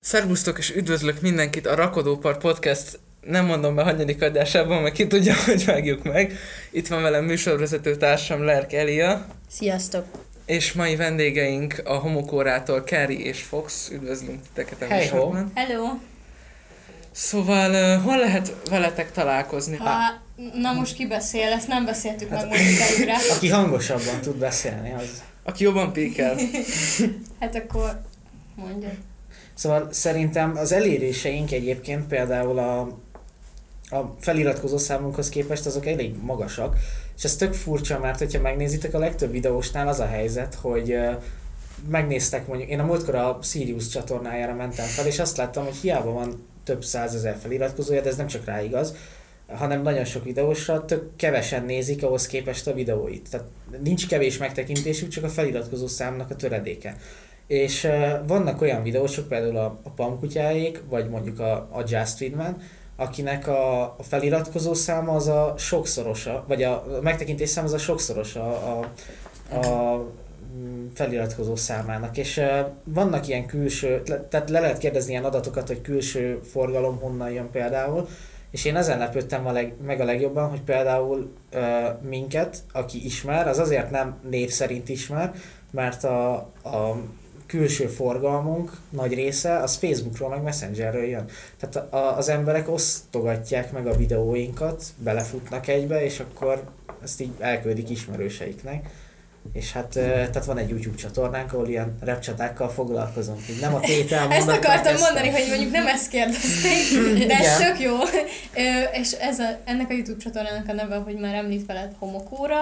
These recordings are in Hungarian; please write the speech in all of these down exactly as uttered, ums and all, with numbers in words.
Szervusztok és üdvözlök mindenkit a Rakodópart Podcast, nem mondom be hanyadik adásában, mert ki tudja, hogy vágjuk meg. Itt van velem műsorvezető társam Lerk Elia. Sziasztok! És mai vendégeink a Homokórától Kári és Fox. Üdvözlünk titeket a Hey műsorban. Hello! Szóval uh, hol lehet veletek találkozni? Ha, na most ki beszél, ezt nem beszéltük hát, meg most előre. Aki hangosabban tud beszélni, az... Aki jobban píkel. Hát akkor mondja. Szóval szerintem az eléréseink egyébként például a, a feliratkozó számunkhoz képest azok elég magasak, és ez tök furcsa, mert hogyha megnézitek, a legtöbb videósnál az a helyzet, hogy uh, megnéztek mondjuk, én a múltkor a Sirius csatornájára mentem fel, és azt láttam, hogy hiába van több százezer feliratkozója, de ez nem csak rá igaz, hanem nagyon sok videósra tök kevesen nézik ahhoz képest a videóit. Tehát nincs kevés megtekintésük, csak a feliratkozó számnak a töredéke. És uh, vannak olyan videósok, például a, a Pamkutyáék, vagy mondjuk a, a Just Friedman, akinek a, a feliratkozó száma az a sokszorosa, vagy a, a megtekintés száma az a sokszorosa a, a, a feliratkozó számának. És uh, vannak ilyen külső, tehát le lehet kérdezni ilyen adatokat, hogy külső forgalom honnan jön például, és én ezen lepődtem a leg, meg a legjobban, hogy például uh, minket, aki ismer, az azért nem név szerint ismer, mert a, a külső forgalmunk nagy része az Facebookról meg Messengerről jön. Tehát a, az emberek osztogatják meg a videóinkat, belefutnak egybe, és akkor ezt így elküldik ismerőseiknek. És hát tehát van egy YouTube csatornánk, ahol ilyen repcsatákkal foglalkozunk. Így nem a tétel Ezt akartam mondani, hogy mondjuk nem ezt kérdezték, de ez tök jó. És ez a, ennek a YouTube csatornának a neve, hogy már említ veled, Homokóra.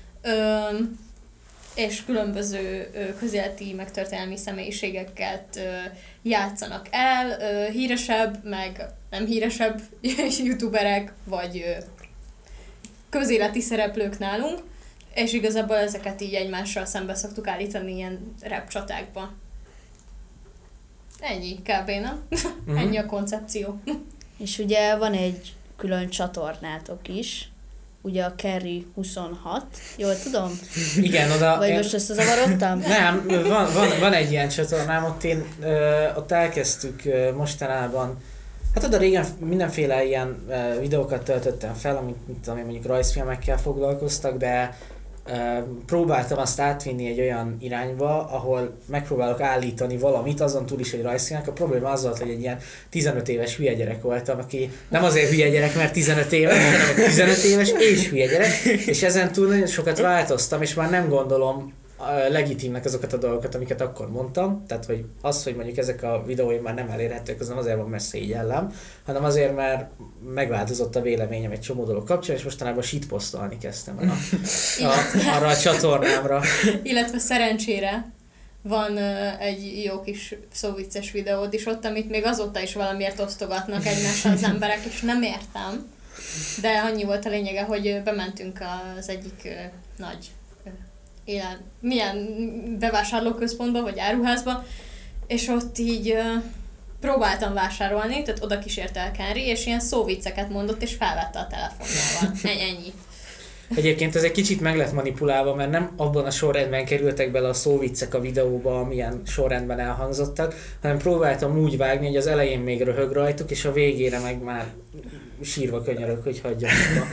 És különböző közéleti, meg történelmi személyiségeket játszanak el, híresebb, meg nem híresebb youtuberek, vagy közéleti szereplők nálunk, és igazából ezeket így egymással szembe szoktuk állítani ilyen rap csatákba. Ennyi, kb. Nem? Mm-hmm. Ennyi a koncepció. És ugye van egy külön csatornátok is, ugye a Kerry huszonhat, jól tudom? Igen, oda... Vagy én... most összezavarodtam? Nem, van, van, van egy ilyen csatornám, ott én ö, ott elkezdtük ö, mostanában, hát oda régen mindenféle ilyen ö, videókat töltöttem fel, amit mit tudom én, mondjuk rajzfilmekkel foglalkoztak, de ö, próbáltam azt átvinni egy olyan irányba, ahol megpróbálok állítani valamit, azon túl is egy rajzfilmek. A probléma az volt, hogy egy ilyen tizenöt éves hülye gyerek voltam, aki nem azért hülye gyerek, mert tizenöt éves, hanem tizenöt éves és hülye gyerek, és ezen túl nagyon sokat változtam, és már nem gondolom legitimnek azokat a dolgokat, amiket akkor mondtam. Tehát, hogy az, hogy mondjuk ezek a videóim már nem elérhetők, az nem azért van, mert szégyellem, hanem azért, mert megváltozott a véleményem egy csomó dolog kapcsán, és mostanában shitpostolni kezdtem el a, a, arra a csatornámra. Illetve szerencsére van uh, egy jó kis szóvicces videód is ott, amit még azóta is valamiért osztogatnak egymással az emberek, és nem értem. De annyi volt a lényege, hogy bementünk az egyik uh, nagy Élen, milyen bevásárlóközpontba, vagy áruházba, és ott így uh, próbáltam vásárolni, tehát oda kísért el Kári, és ilyen szóvicceket mondott, és felvette a telefonjával. Ennyi. Egyébként ez egy kicsit meg lett manipulálva, mert nem abban a sorrendben kerültek bele a szóviccek a videóba, amilyen sorrendben elhangzottak, hanem próbáltam úgy vágni, hogy az elején még röhög rajtuk, és a végére meg már sírva könyörök, hogy hagyjam.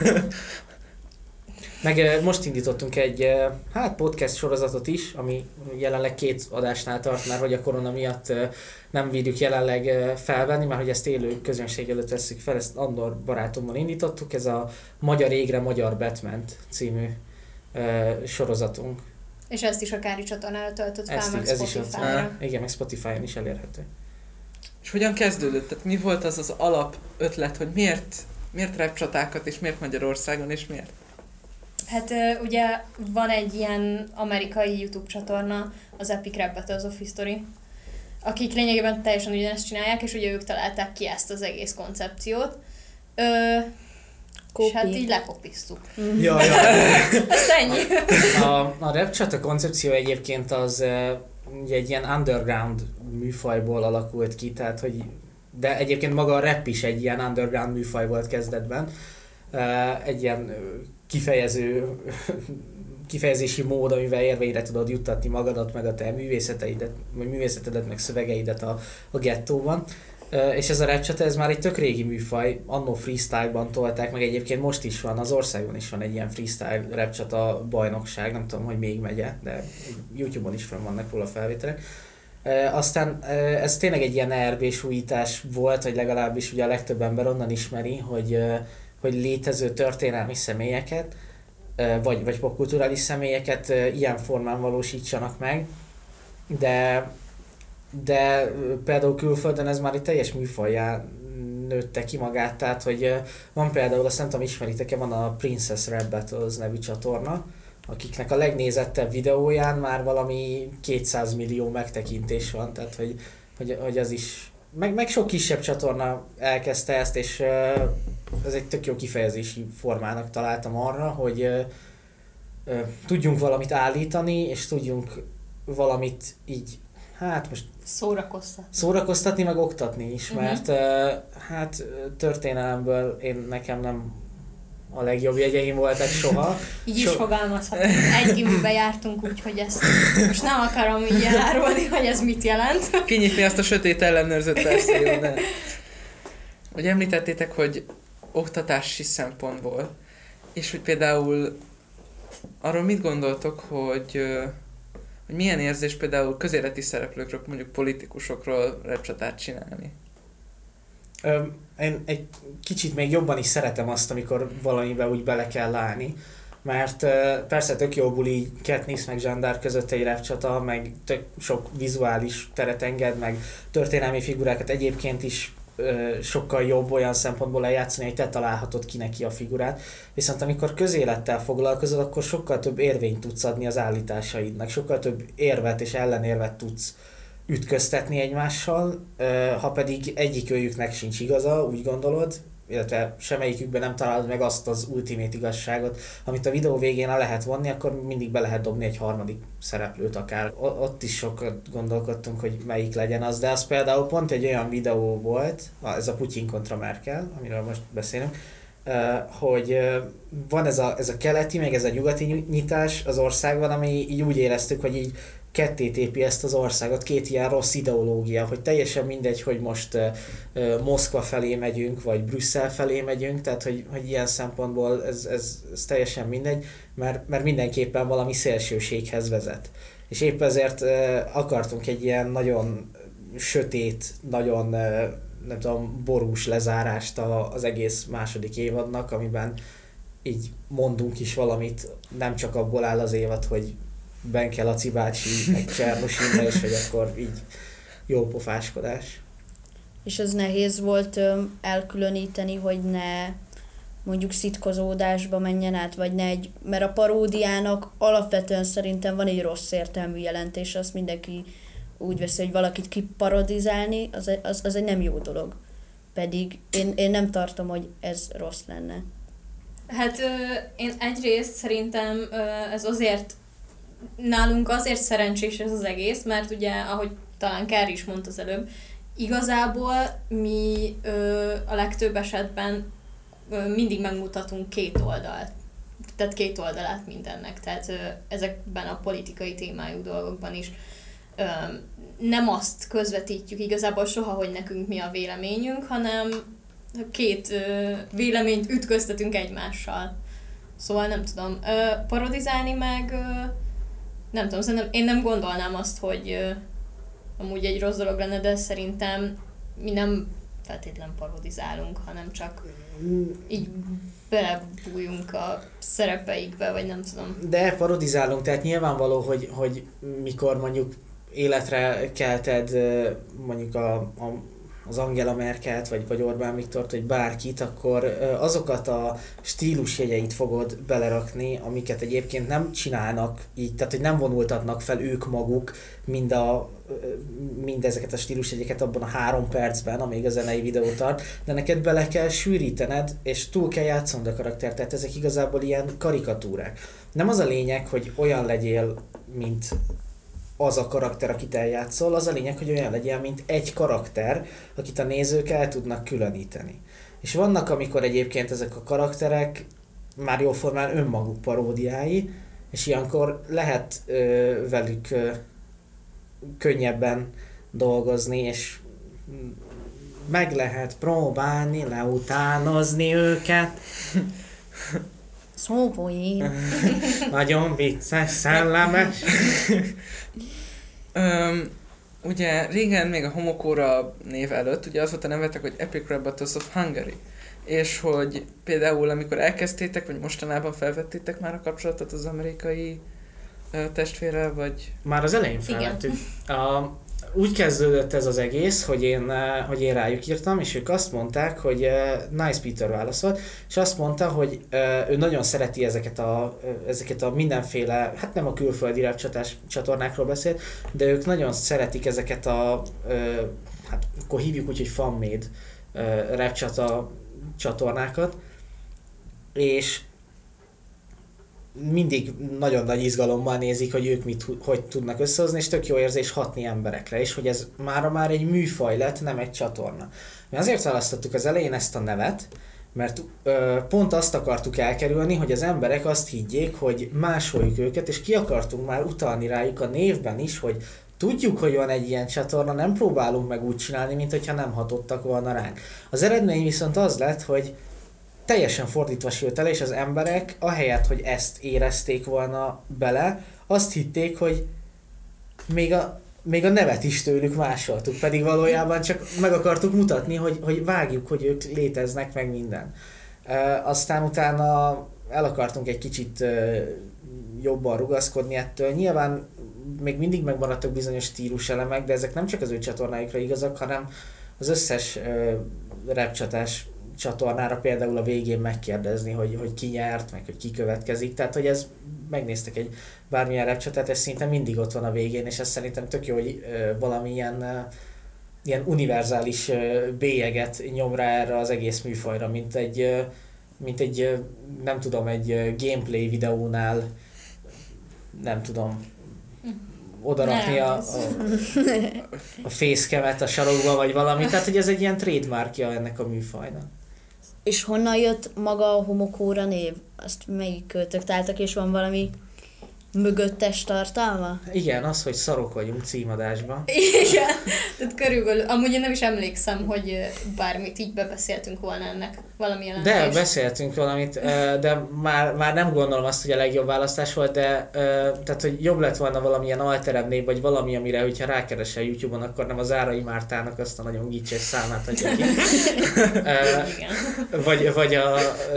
Meg most indítottunk egy hát podcast sorozatot is, ami jelenleg két adásnál tart már, hogy a korona miatt nem bírjuk jelenleg felvenni, mert hogy ezt élő közönség előtt vesszük fel, ezt Andor barátommal indítottuk, ez a Magyar égre Magyar Batman című sorozatunk. És ezt is a Kári csatornára töltött fel, ezt meg ez Spotify-ra. Is igen, meg Spotify-on is elérhető. És hogyan kezdődött? Tehát mi volt az az alap ötlet, hogy miért, miért rap csatákat, és miért Magyarországon, és miért? Hát ugye van egy ilyen amerikai YouTube csatorna, az Epic Rap Battles of History, akik lényegében teljesen ugyanezt csinálják, és ugye ők találták ki ezt az egész koncepciót. Ö, és hát így lekopiztuk. Ja, ja. Azt ennyi. A, a, a rap csata koncepció egyébként az ugye egy ilyen underground műfajból alakult ki, tehát hogy, de egyébként maga a rap is egy ilyen underground műfaj volt kezdetben. Egy ilyen kifejező kifejezési mód, amivel érveire tudod juttatni magadat, meg a te művészeteidet, vagy művészetedet, meg szövegeidet a, a gettóban. És ez a rap csata, ez már egy tök régi műfaj, annó freestyle-ban tolták, meg egyébként most is van, az országban is van egy ilyen freestyle rap csata bajnokság, nem tudom, hogy még megye, de YouTube-on is fenn vannak róla felvételek. Aztán ez tényleg egy ilyen er bé-s újítás volt, vagy legalábbis ugye a legtöbb ember onnan ismeri, hogy, hogy létező történelmi személyeket, vagy, vagy popkulturális személyeket ilyen formán valósítsanak meg, de de például külföldön ez már egy teljes műfajjá nőtte ki magát, tehát hogy van például, azt nem tudom, ismeritek-e, van a Princess Rap Battles nevű csatorna, akiknek a legnézettebb videóján már valami kétszáz millió megtekintés van, tehát hogy, hogy, hogy az is, meg, meg sok kisebb csatorna elkezdte ezt, és ez egy tök jó kifejezési formának találtam arra, hogy tudjunk valamit állítani, és tudjunk valamit így, hát most szórakoztatni. Szórakoztatni, meg oktatni is, uh-huh. mert uh, hát történelemből én nekem nem a legjobb jegyeim voltak soha. Így is so- fogalmazhatunk. Egy gimibe jártunk, úgyhogy ezt most nem akarom így elárulni, hogy ez mit jelent. Kinyitni azt a sötét ellenőrzött verziót, de... Ugye említettétek, hogy oktatási szempontból, és hogy például arról mit gondoltok, hogy hogy milyen érzés például közéleti szereplőkről, mondjuk politikusokról repcsatát csinálni? Ö, én egy kicsit még jobban is szeretem azt, amikor valamiben úgy bele kell állni, mert ö, persze tök jó buli Katniss meg Zsandár között egy repcsata, meg tök sok vizuális teret enged, meg történelmi figurákat egyébként is ö, sokkal jobb olyan szempontból eljátszani, hogy te találhatod ki neki a figurát. Viszont amikor közélettel foglalkozol, akkor sokkal több érvényt tudsz adni az állításaidnak, sokkal több érvet és ellenérvet tudsz ütköztetni egymással, ha pedig egyikőjüknek sincs igaza, úgy gondolod, illetve semmelyikükben nem találod meg azt az ultimate igazságot, amit a videó végén el lehet vonni, akkor mindig be lehet dobni egy harmadik szereplőt akár. Ott is sokat gondolkodtunk, hogy melyik legyen az, de az például pont egy olyan videó volt, ez a Putyin kontra Merkel, amiről most beszélünk, hogy van ez a, ez a keleti, meg ez a nyugati nyitás az országban, ami így úgy éreztük, hogy így ketté tépi ezt az országot, két ilyen rossz ideológia, hogy teljesen mindegy, hogy most uh, Moszkva felé megyünk, vagy Brüsszel felé megyünk, tehát hogy, hogy ilyen szempontból ez, ez, ez teljesen mindegy, mert, mert mindenképpen valami szélsőséghez vezet. És épp ezért uh, akartunk egy ilyen nagyon sötét, nagyon uh, nem tudom, borús lezárást a, az egész második évadnak, amiben így mondunk is valamit, nem csak abból áll az évad, hogy Benke Laci bácsi, meg Csernos Imre, és hogy akkor így jó pofáskodás. És az nehéz volt öm, elkülöníteni, hogy ne mondjuk szitkozódásba menjen át, vagy ne egy, mert a paródiának alapvetően szerintem van egy rossz értelmű jelentés, azt mindenki úgy veszi, hogy valakit kiparodizálni, az, az, az egy nem jó dolog. Pedig én, én nem tartom, hogy ez rossz lenne. Hát ö, én egyrészt szerintem ö, ez azért nálunk azért szerencsés ez az egész, mert ugye, ahogy talán Kár is mondta az előbb, igazából mi ö, a legtöbb esetben ö, mindig megmutatunk két oldalt. Tehát két oldalát mindennek. Tehát ö, ezekben a politikai témájú dolgokban is ö, nem azt közvetítjük igazából soha, hogy nekünk mi a véleményünk, hanem két ö, véleményt ütköztetünk egymással. Szóval nem tudom, ö, parodizálni meg... Ö, Nem tudom, szerintem én nem gondolnám azt, hogy uh, amúgy egy rossz dolog lenne, de szerintem mi nem feltétlen parodizálunk, hanem csak így belebújunk a szerepeikbe, vagy nem tudom. De parodizálunk, tehát nyilvánvaló, hogy, hogy mikor mondjuk életre kelted mondjuk a, a az Angela Merkelt, vagy, vagy Orbán Viktort, vagy bárkit, akkor azokat a stílusjegyeit fogod belerakni, amiket egyébként nem csinálnak így, tehát hogy nem vonultatnak fel ők maguk mind, a, mind ezeket a stílusjegyeket abban a három percben, amíg a zenei videó tart, de neked bele kell sűrítened, és túl kell játszanod a karaktert, tehát ezek igazából ilyen karikatúrák. Nem az a lényeg, hogy olyan legyél, mint az a karakter, akit eljátszol, az a lényeg, hogy olyan legyen, mint egy karakter, akit a nézők el tudnak különíteni. És vannak, amikor egyébként ezek a karakterek már jóformán önmaguk paródiái, És ilyenkor lehet ö, velük ö, könnyebben dolgozni, és meg lehet próbálni leutánozni őket. Szópoén. Nagyon vicces, szellemes. Öm, ugye régen még a Homokóra név előtt, ugye az volt a nevetek, hogy Epic Rap Battles of Hungary. És hogy például amikor elkezdtétek, vagy mostanában felvettétek már a kapcsolatot az amerikai ö, testvérrel, vagy... Már az elején felvettük. A, úgy kezdődött ez az egész, hogy én, uh, hogy én rájuk írtam, és ők azt mondták, hogy uh, Nice Peter válaszolt, és azt mondta, hogy uh, ő nagyon szereti ezeket a, uh, ezeket a mindenféle, hát nem a külföldi repcsatás csatornákról beszélt, de ők nagyon szeretik ezeket a, uh, hát akkor hívjuk úgy, hogy fan-made uh, repcsata csatornákat, és mindig nagyon nagy izgalommal nézik, hogy ők mit, hogy tudnak összehozni, és tök jó érzés hatni emberekre, és hogy ez mára már egy műfaj lett, nem egy csatorna. Mi azért választottuk az elején ezt a nevet, mert ö, pont azt akartuk elkerülni, hogy az emberek azt higgyék, hogy másoljuk őket, és ki akartunk már utalni rájuk a névben is, hogy tudjuk, hogy van egy ilyen csatorna, nem próbálunk meg úgy csinálni, mint hogyha nem hatottak volna ránk. Az eredmény viszont az lett, hogy teljesen fordítva sült el, és az emberek ahelyett, hogy ezt érezték volna bele, azt hitték, hogy még a, még a nevet is tőlük másoltuk, pedig valójában csak meg akartuk mutatni, hogy, hogy vágjuk, hogy ők léteznek, meg minden. E, aztán utána el akartunk egy kicsit e, jobban rugaszkodni ettől. Nyilván még mindig megmaradtak bizonyos stíluselemek, de ezek nem csak az ő csatornáikra igazak, hanem az összes e, repcsatás csatornára például a végén megkérdezni, hogy, hogy ki nyert, meg hogy ki következik. Tehát, hogy ez megnéztek egy bármilyen repcsatát, ez szinte mindig ott van a végén, és ez szerintem tök jó, hogy ö, valamilyen ö, ilyen univerzális ö, bélyeget nyom rá erre az egész műfajra, mint egy, ö, mint egy ö, nem tudom, egy ö, gameplay videónál nem tudom, odarakni a, a, a facecam-et a sarokba, vagy valami. Tehát, hogy ez egy ilyen trademarkja ennek a műfajnak. És honnan jött maga a Homokóra név? Azt melyik költök találtak, és van valami mögöttes tartalma? Igen, az, hogy szarok vagyunk címadásban. Igen, tehát körülbelül, amúgy én nem is emlékszem, hogy bármit így bebeszéltünk volna ennek valami jelentést. De beszéltünk valamit, de már, már nem gondolom azt, hogy a legjobb választás volt, de tehát, hogy jobb lett volna valamilyen alterebb név, vagy valami, amire, hogyha rákeresel YouTube-on, akkor nem az Árai Mártának azt a nagyon gicses számát adja ki. vagy, vagy a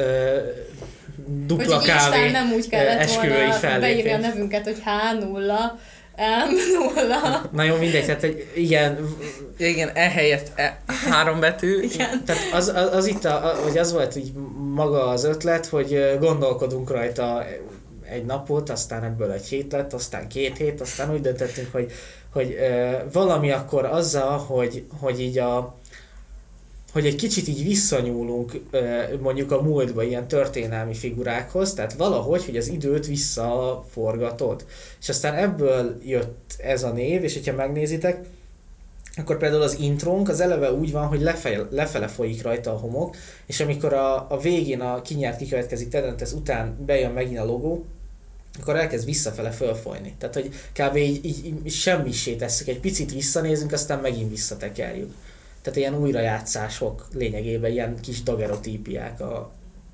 dupla kávé nem úgy kellett esküvői volna beírni a fellépés. nevünket, hogy há nulla, em nulla. Na jó, mindegy, tehát egy, igen. Ja, igen, e helyett e, három betű. Igen. Tehát az, az, az itt, a, hogy az volt így maga az ötlet, hogy gondolkodunk rajta egy napot, aztán ebből egy hét lett, aztán két hét, aztán úgy döntöttünk, hogy, hogy valami akkor azzal, hogy, hogy így a hogy egy kicsit így visszanyúlunk mondjuk a múltba ilyen történelmi figurákhoz, tehát valahogy, hogy az időt visszaforgatod. És aztán ebből jött ez a név, és hogyha megnézitek, akkor például az intrónk az eleve úgy van, hogy lefele, lefele folyik rajta a homok, és amikor a, a végén a kinyert kikövetkezik Tedentesz után bejön megint a logó, akkor elkezd visszafele fölfolyni. Tehát, hogy kb. így, így, így semmisé tesszük, egy picit visszanézünk, aztán megint visszatekerjük. Tehát ilyen újrajátszások lényegében, ilyen kis dagerotípiák a,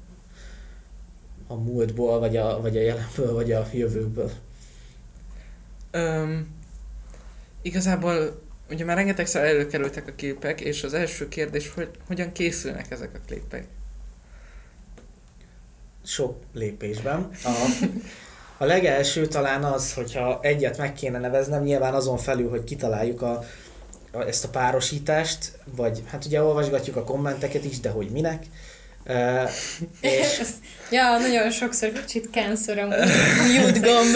a múltból, vagy a, vagy a jelenből, vagy a jövőből. Öm, igazából ugye már rengetegszer előkerültek a képek, és az első kérdés, hogy hogyan készülnek ezek a klipek? Sok lépésben. A, a legelső talán az, hogyha egyet meg kéne neveznem, nyilván azon felül, hogy kitaláljuk a ezt a párosítást, vagy hát ugye olvasgatjuk a kommenteket is, de hogy minek. Uh, és... ja, nagyon sokszor kicsit cancer amúgy. Mute gomb.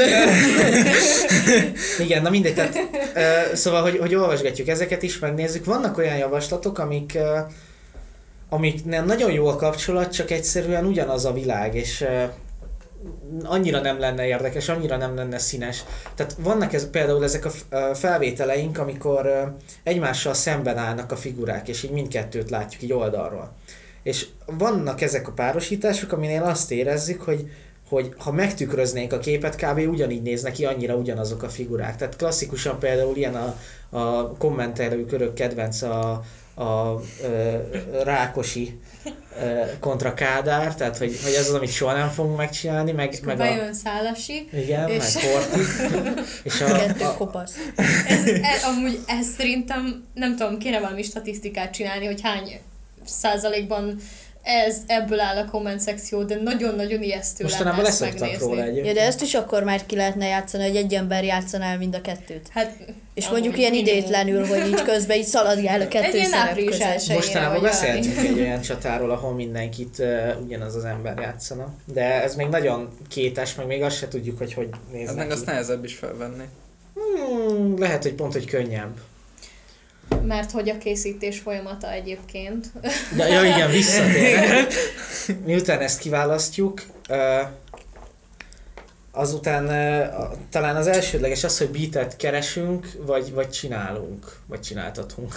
Igen, na mindegy, tehát uh, szóval, hogy, hogy olvasgatjuk ezeket is, megnézzük. Vannak olyan javaslatok, amik, uh, amik nem nagyon jól kapcsolat, csak egyszerűen ugyanaz a világ, és uh, annyira nem lenne érdekes, annyira nem lenne színes. Tehát vannak ez, például ezek a felvételeink, amikor egymással szemben állnak a figurák, és így mindkettőt látjuk így oldalról. És vannak ezek a párosítások, aminél azt érezzük, hogy hogy ha megtükröznénk a képet, kb. Ugyanígy néznek ki, annyira ugyanazok a figurák. Tehát klasszikusan például ilyen a, a kommentelő körök kedvenc a, a, a Rákosi kontra Kádár, tehát hogy, hogy ez az, amit soha nem fogunk megcsinálni, meg, és meg bejön a... Szálasi. Igen, és... meg Horti. És a, Kettő a, kopasz. Ez, ez, amúgy ez szerintem, nem tudom, kéne valami statisztikát csinálni, hogy hány százalékban ez, ebből áll a komment szekció, de nagyon-nagyon ijesztő mostanában lenne ezt leszoktak róla megnézni. egyébként. Ja, de ezt is akkor már ki lehetne játszani, hogy egy ember játszaná el mind a kettőt. Hát, És amúgy mondjuk ilyen minimum. idétlenül, hogy így közben így szaladgál a kettő Egy ilyen szerep április között. elsejére, Mostanában vagy beszéltünk valami. egy olyan csatáról, ahol mindenkit uh, ugyanaz az ember játszana. De ez még nagyon kétes, meg még azt se tudjuk, hogy hogy néz Az meg neki. azt nehezebb is felvenni. Hmm, lehet, hogy pont, hogy könnyebb. Mert hogy a készítés folyamata egyébként. De ja, igen, visszatérek. Miután ezt kiválasztjuk, uh, azután uh, talán az elsődleges az, hogy beatet keresünk, vagy, vagy csinálunk, vagy csináltatunk.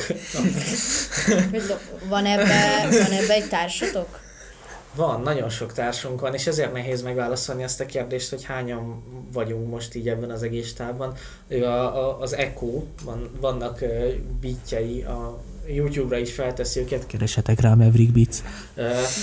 Van ebbe, van ebbe egy társatok? Van, nagyon sok társunk van, és ezért nehéz megválaszolni azt a kérdést, hogy hányan vagyunk most így ebben az egész távban. Ő a, a, az Echo, van, vannak uh, beatjei, a YouTube-ra is felteszi őket. Keresetek rá Maverick Beats. Uh,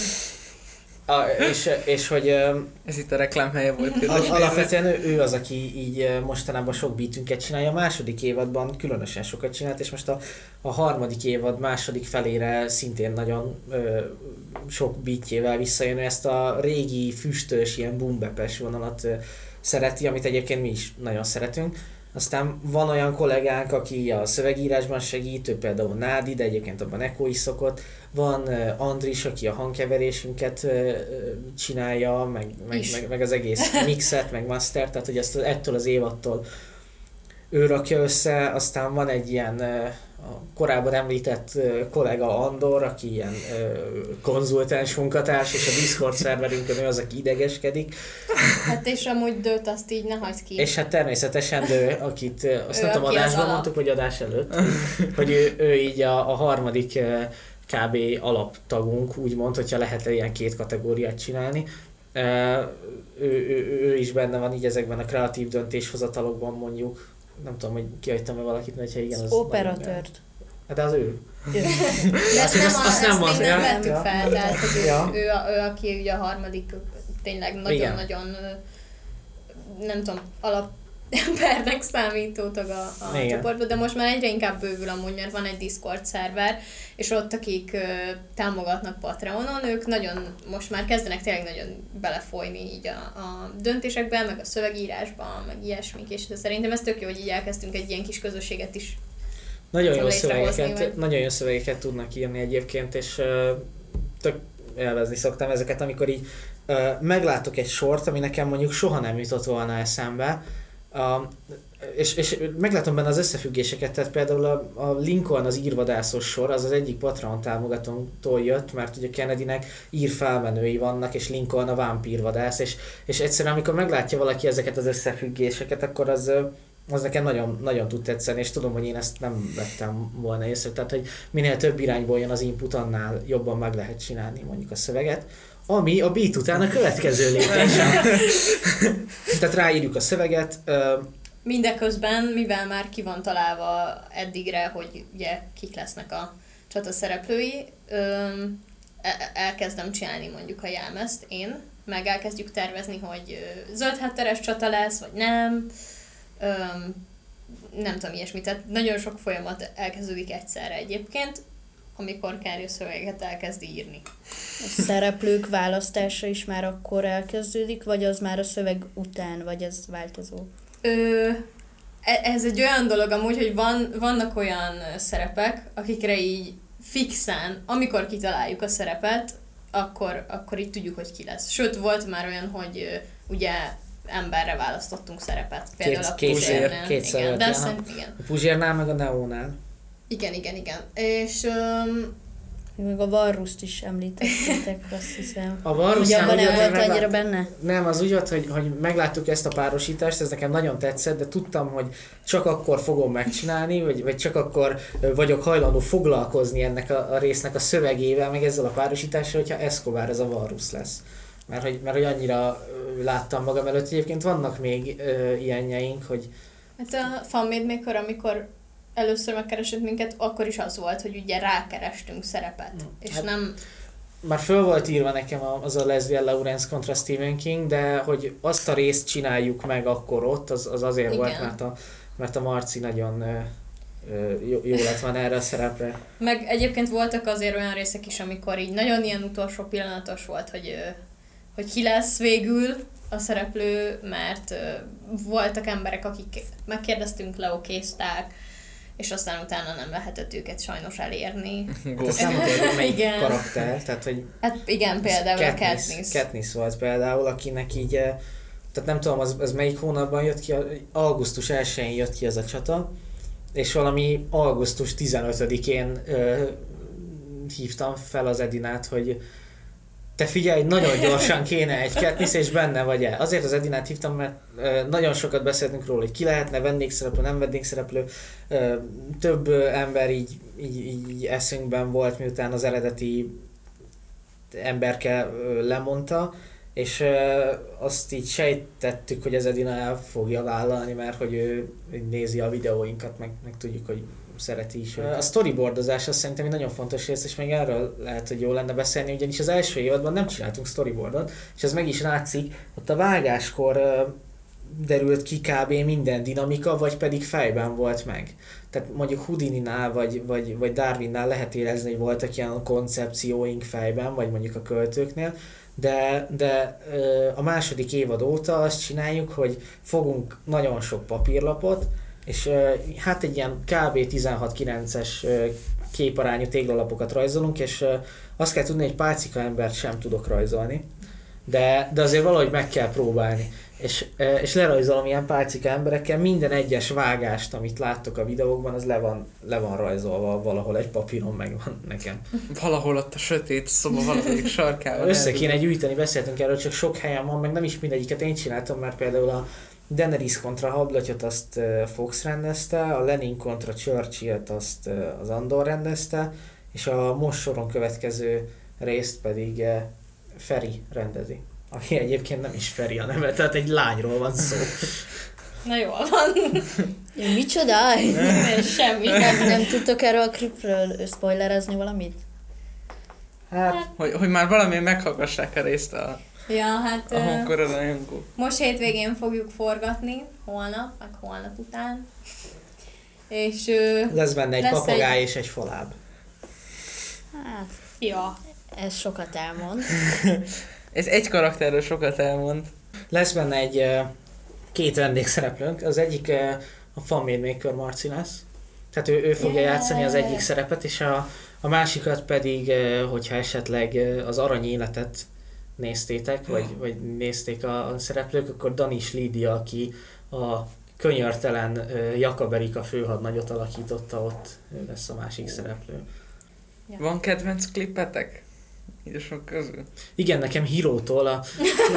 a, és, és hogy uh, Ez itt a reklámhelye volt. al- alapvetően ő, ő az, aki így uh, mostanában sok beatünket csinálja. A második évadban különösen sokat csinált, és most a, a harmadik évad második felére szintén nagyon uh, sok beatjével visszajön. Ezt a régi füstös, ilyen boom-bapes vonalat uh, szereti, amit egyébként mi is nagyon szeretünk. Aztán van olyan kollégánk, aki a szövegírásban segít, ő például Nádi, de egyébként abban Echo is szokott. Van uh, Andris, aki a hangkeverésünket uh, csinálja, meg, meg, meg, meg az egész mixet, meg master, tehát hogy ezt ettől az évattól ő rakja össze. Aztán van egy ilyen uh, a korábban említett uh, kollega Andor, aki ilyen uh, konzultáns munkatárs, és a Discord szerverünkön ő az, aki idegeskedik. Hát és amúgy Dőt azt így ne hagyd ki. És hát természetesen Dő, akit uh, azt Ő, nem tudom, aki az adásban alap. mondtuk, vagy adás előtt, hogy ő, ő így a, a harmadik uh, kb. Alaptagunk, úgymond, hogyha lehet ilyen két kategóriát csinálni. Uh, ő, ő, ő is benne van így ezekben a kreatív döntéshozatalokban, mondjuk. Nem tudom, hogy kihagytam-e valakit, mert ha igen, az... Operatőrt. Hát de az ő. De ezt nem, azt- azt, azt nem ezt mondta, még nem ja. vettük Ja. fel, tehát hogy ő, Ja. ő, a, ő, aki ugye a harmadik, tényleg Igen. nagyon-nagyon, nem tudom, alap embernek számító tag a, a Igen. csoportban, de most már egyre inkább bővül amúgy, mert van egy Discord szerver, és ott akik ö, támogatnak Patreonon, ők nagyon, most már kezdenek tényleg nagyon belefolyni így a, a döntésekben, meg a szövegírásban, meg ilyesmik, és szerintem ez tök jó, hogy így elkezdtünk egy ilyen kis közösséget is. Nagyon jó, létrehozni, szövegeket, vagy- nagyon jó szövegeket tudnak írni egyébként, és uh, tök élvezni szoktam ezeket, amikor így uh, meglátok egy sort, ami nekem mondjuk soha nem jutott volna eszembe, uh, és, és meglátom benne az összefüggéseket, tehát például a, a Lincoln az írvadászos sor, az az egyik Patreon támogatónktól jött, mert ugye Kennedynek írfelmenői vannak, és Lincoln a vámpírvadász, és, és egyszerűen amikor meglátja valaki ezeket az összefüggéseket, akkor az az nekem nagyon, nagyon tud tetszeni, és tudom, hogy én ezt nem vettem volna észre. Tehát, hogy minél több irányból jön az input, annál jobban meg lehet csinálni mondjuk a szöveget. Ami a beat után a következő lépés. Tehát ráírjuk a szöveget. Mindeközben, mivel már ki van találva eddigre, hogy ugye kik lesznek a csata szereplői, öm, e- elkezdem csinálni mondjuk a jelmezt én, meg elkezdjük tervezni, hogy ö, zöld hátteres csata lesz, vagy nem, öm, nem tudom ilyesmit, tehát nagyon sok folyamat elkezdődik egyszerre egyébként, amikor Kári szöveget elkezd írni. A szereplők választása is már akkor elkezdődik, vagy az már a szöveg után, vagy ez változó? Ö, e- ez egy olyan dolog amúgy, hogy van, vannak olyan szerepek, akikre így fixen, amikor kitaláljuk a szerepet, akkor, akkor így tudjuk, hogy ki lesz. Sőt, volt már olyan, hogy ö, ugye emberre választottunk szerepet. Például Két- a két- Puzsérnél. kétszer Igen, volt, de aha. szerint, igen. A Puzsérnál meg a Neónál. Igen, igen, igen. És öm, Még a Varruszt is említettétek, azt hiszem. A Varrusnál Ugye abban úgy nem volt, hogy volt annyira meglát- benne? Nem, az úgy volt, hogy, hogy megláttuk ezt a párosítást, ez nekem nagyon tetszett, de tudtam, hogy csak akkor fogom megcsinálni, vagy, vagy csak akkor vagyok hajlandó foglalkozni ennek a, a résznek a szövegével, meg ezzel a párosítással, hogyha Escobar ez a Varrus lesz. mert hogy, mert hogy annyira ö, láttam magam előtt. Egyébként vannak még ö, ilyenjeink, hogy Hát a Fanmade Maker, amikor először megkeresett minket, akkor is az volt, hogy ugye rákerestünk szerepet, és Hát- nem... már föl volt írva nekem az a Leslie Lawrence kontra Stephen King, de hogy azt a részt csináljuk meg akkor ott, az, az azért Igen. volt, mert a, mert a Marci nagyon ö, ö, jó, jó lett van erre a szerepre. Meg egyébként voltak azért olyan részek is, amikor így nagyon ilyen utolsó pillanatos volt, hogy, ö, hogy ki lesz végül a szereplő, mert ö, voltak emberek, akik megkérdeztünk, leokézták, és aztán utána nem lehetett őket sajnos elérni. Hát ezt nem tudod, hogy melyik Igen. karakter, tehát hogy Hát igen, például a Katniss, Katniss. Katniss volt például, akinek így, eh, tehát nem tudom, az, az melyik hónapban jött ki, augusztus elsején jött ki ez a csata, és valami augusztus tizenötödikén ö, hívtam fel az Edinát, hogy te figyelj, nagyon gyorsan kéne egy Katniss, és benne vagy-e. Azért az Edinát hívtam, mert ö, nagyon sokat beszéltünk róla, hogy ki lehetne vendégszereplő, nem vendégszereplő. Ö, több ö, ember így, így, így eszünkben volt, miután az eredeti emberke ö, lemondta, és ö, azt így sejtettük, hogy az Edina el fogja vállalni, mert hogy ő nézi a videóinkat, meg, meg tudjuk, hogy szereti is. A storyboardozás az szerintem egy nagyon fontos rész, és még erről lehet, hogy jó lenne beszélni, ugyanis az első évadban nem csináltunk storyboardot, és ez meg is látszik, ott a vágáskor ö, derült ki kb. Minden dinamika, vagy pedig fejben volt meg. Tehát mondjuk Houdininál vagy, vagy, vagy Darwinnál lehet érezni, hogy voltak ilyen koncepcióink fejben, vagy mondjuk a költőknél, de, de ö, a második évad óta azt csináljuk, hogy fogunk nagyon sok papírlapot, és ö, hát egy ilyen kb. tizenhat kilences ö, képarányú téglalapokat rajzolunk, és ö, azt kell tudni, hogy egy pálcika embert sem tudok rajzolni, de, de azért valahogy meg kell próbálni. És, ö, és lerajzolom ilyen pálcika emberekkel, minden egyes vágást, amit láttok a videókban, az le van, le van rajzolva valahol egy papíron, megvan nekem. Valahol ott a sötét szoba valamelyik sarkában. Össze kéne gyűjteni, beszéltünk erről, csak sok helyen van, meg nem is mindegyiket én csináltam, mert például a Daenerys kontra Hablatyot azt Fox rendezte, a Lenin kontra Churchillt azt az Andor rendezte, és a most soron következő részt pedig Feri rendezi. Aki egyébként nem is Feri a neve, tehát egy lányról van szó. Na jól van. Ja, micsoda? Semmi. Nem, nem tudtok erről a klipről spoilerezni valamit? Hát, Hogy, hogy már valami meghallgassák a részt a, Ja, hát a ö, Honkorra rajongók. most hétvégén fogjuk forgatni, holnap, meg holnap után. És ö, lesz benne egy Lesz papagáj egy- és egy faláb. Hát, ja, ez sokat elmond. Ez egy karakterről sokat elmond. Lesz benne egy ö, két vendégszereplőnk, az egyik ö, a Fanmade Maker Marci lesz. Tehát ő, ő fogja Yeah. játszani az egyik szerepet, és a, a másikat pedig, ö, hogyha esetleg ö, az Arany Életet néztétek, vagy, vagy nézték a, a szereplők, akkor Danis Lídia, aki a könyörtelen ö, Jakab Erika főhadnagyot alakította, ott ő lesz a másik szereplő. Van kedvenc klippetek? Így a sok közül. Igen, nekem Hírótól a...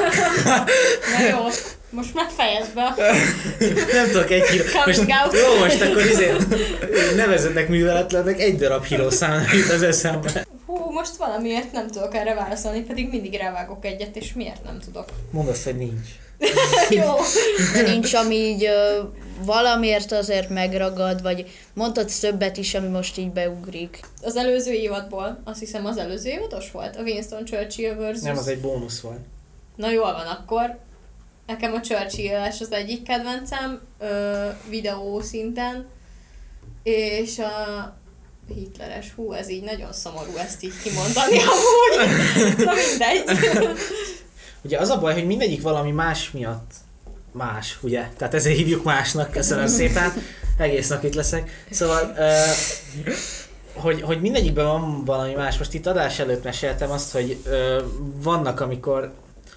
na jó, most megfejezd be. Nem tudok egy híró... Most, Coming out. jó, most akkor izé, nevezetnek műveletlenek, egy darab hírószám jut az eszembe. Hú, most valamiért nem tudok erre válaszolni, pedig mindig rávágok egyet, és miért nem tudok. Mondd azt, hogy nincs. Jó. De nincs, ami így ö, valamiért azért megragad, vagy mondtad többet is, ami most így beugrik. Az előző évadból, azt hiszem az előző évados volt, a Winston Churchill versus... Nem, az egy bónusz volt. Na jól van, akkor nekem a Churchill-es az egyik kedvencem, ö, videó szinten, és a hitleres, hú, ez így nagyon szomorú ezt így kimondani amúgy. Na mindegy. Ugye az a baj, hogy mindegyik valami más miatt más, ugye? Tehát ezért hívjuk másnak, köszönöm szépen, egész nap itt leszek. Szóval, uh, hogy, hogy mindegyikben van valami más. Most itt adás előtt meséltem azt, hogy uh, vannak, amikor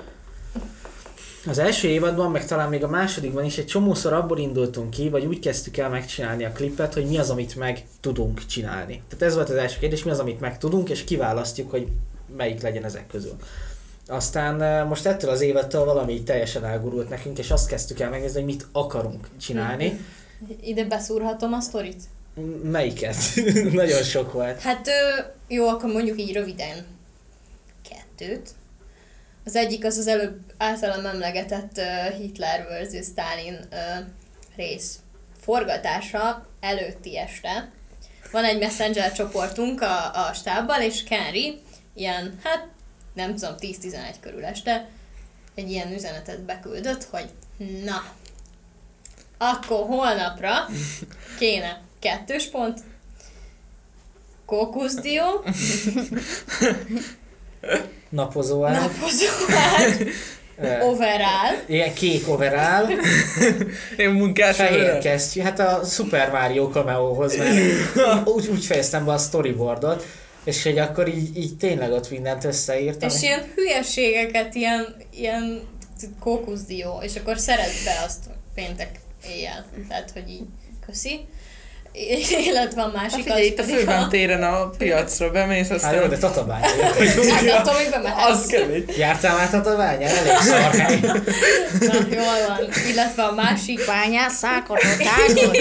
az első évadban, meg talán még a másodikban is egy csomószor abból indultunk ki, vagy úgy kezdtük el megcsinálni a klipet, hogy mi az, amit meg tudunk csinálni. Tehát ez volt az első kérdés, mi az, amit meg tudunk, és kiválasztjuk, hogy melyik legyen ezek közül. Aztán most ettől az évettől valami teljesen elgurult nekünk, és azt kezdtük el megnézni, hogy mit akarunk csinálni. Ide beszúrhatom a sztorit? Melyiket? Nagyon sok volt. Hát ö, jó, akkor mondjuk így röviden kettőt. Az egyik az az előbb általam emlegetett uh, Hitler versus. Stalin uh, rész forgatása előtti este. Van egy messenger csoportunk a, a stábbal, és Kenry ilyen, hát nem tudom, tíz-tizenegy körül este egy ilyen üzenetet beküldött, hogy na, akkor holnapra kéne kettős pont, kókuszdió, Napozóágy. napozóágy, overall. Ilyen kék overall. Én munkás Fehér vagyok. kesztyű. Hát a Super Mario cameóhoz, mert úgy, úgy fejeztem be a storyboardot, és hogy akkor így, így tényleg ott mindent összeírtam. És ilyen hülyeségeket, ilyen, ilyen kókuszdió, és akkor szerezd be azt péntek éjjel. Tehát, hogy így köszi. Illetve a másik Figyelj, itt a Fővám téren a piacra bemész, Hát aztán... jó, de Tatabánya. Hát attól még bemehetsz. Az kemény. Jártál már Tatabányán? Elég szarhely. Na, jól van. Illetve a másik... Bányásszák a totákot?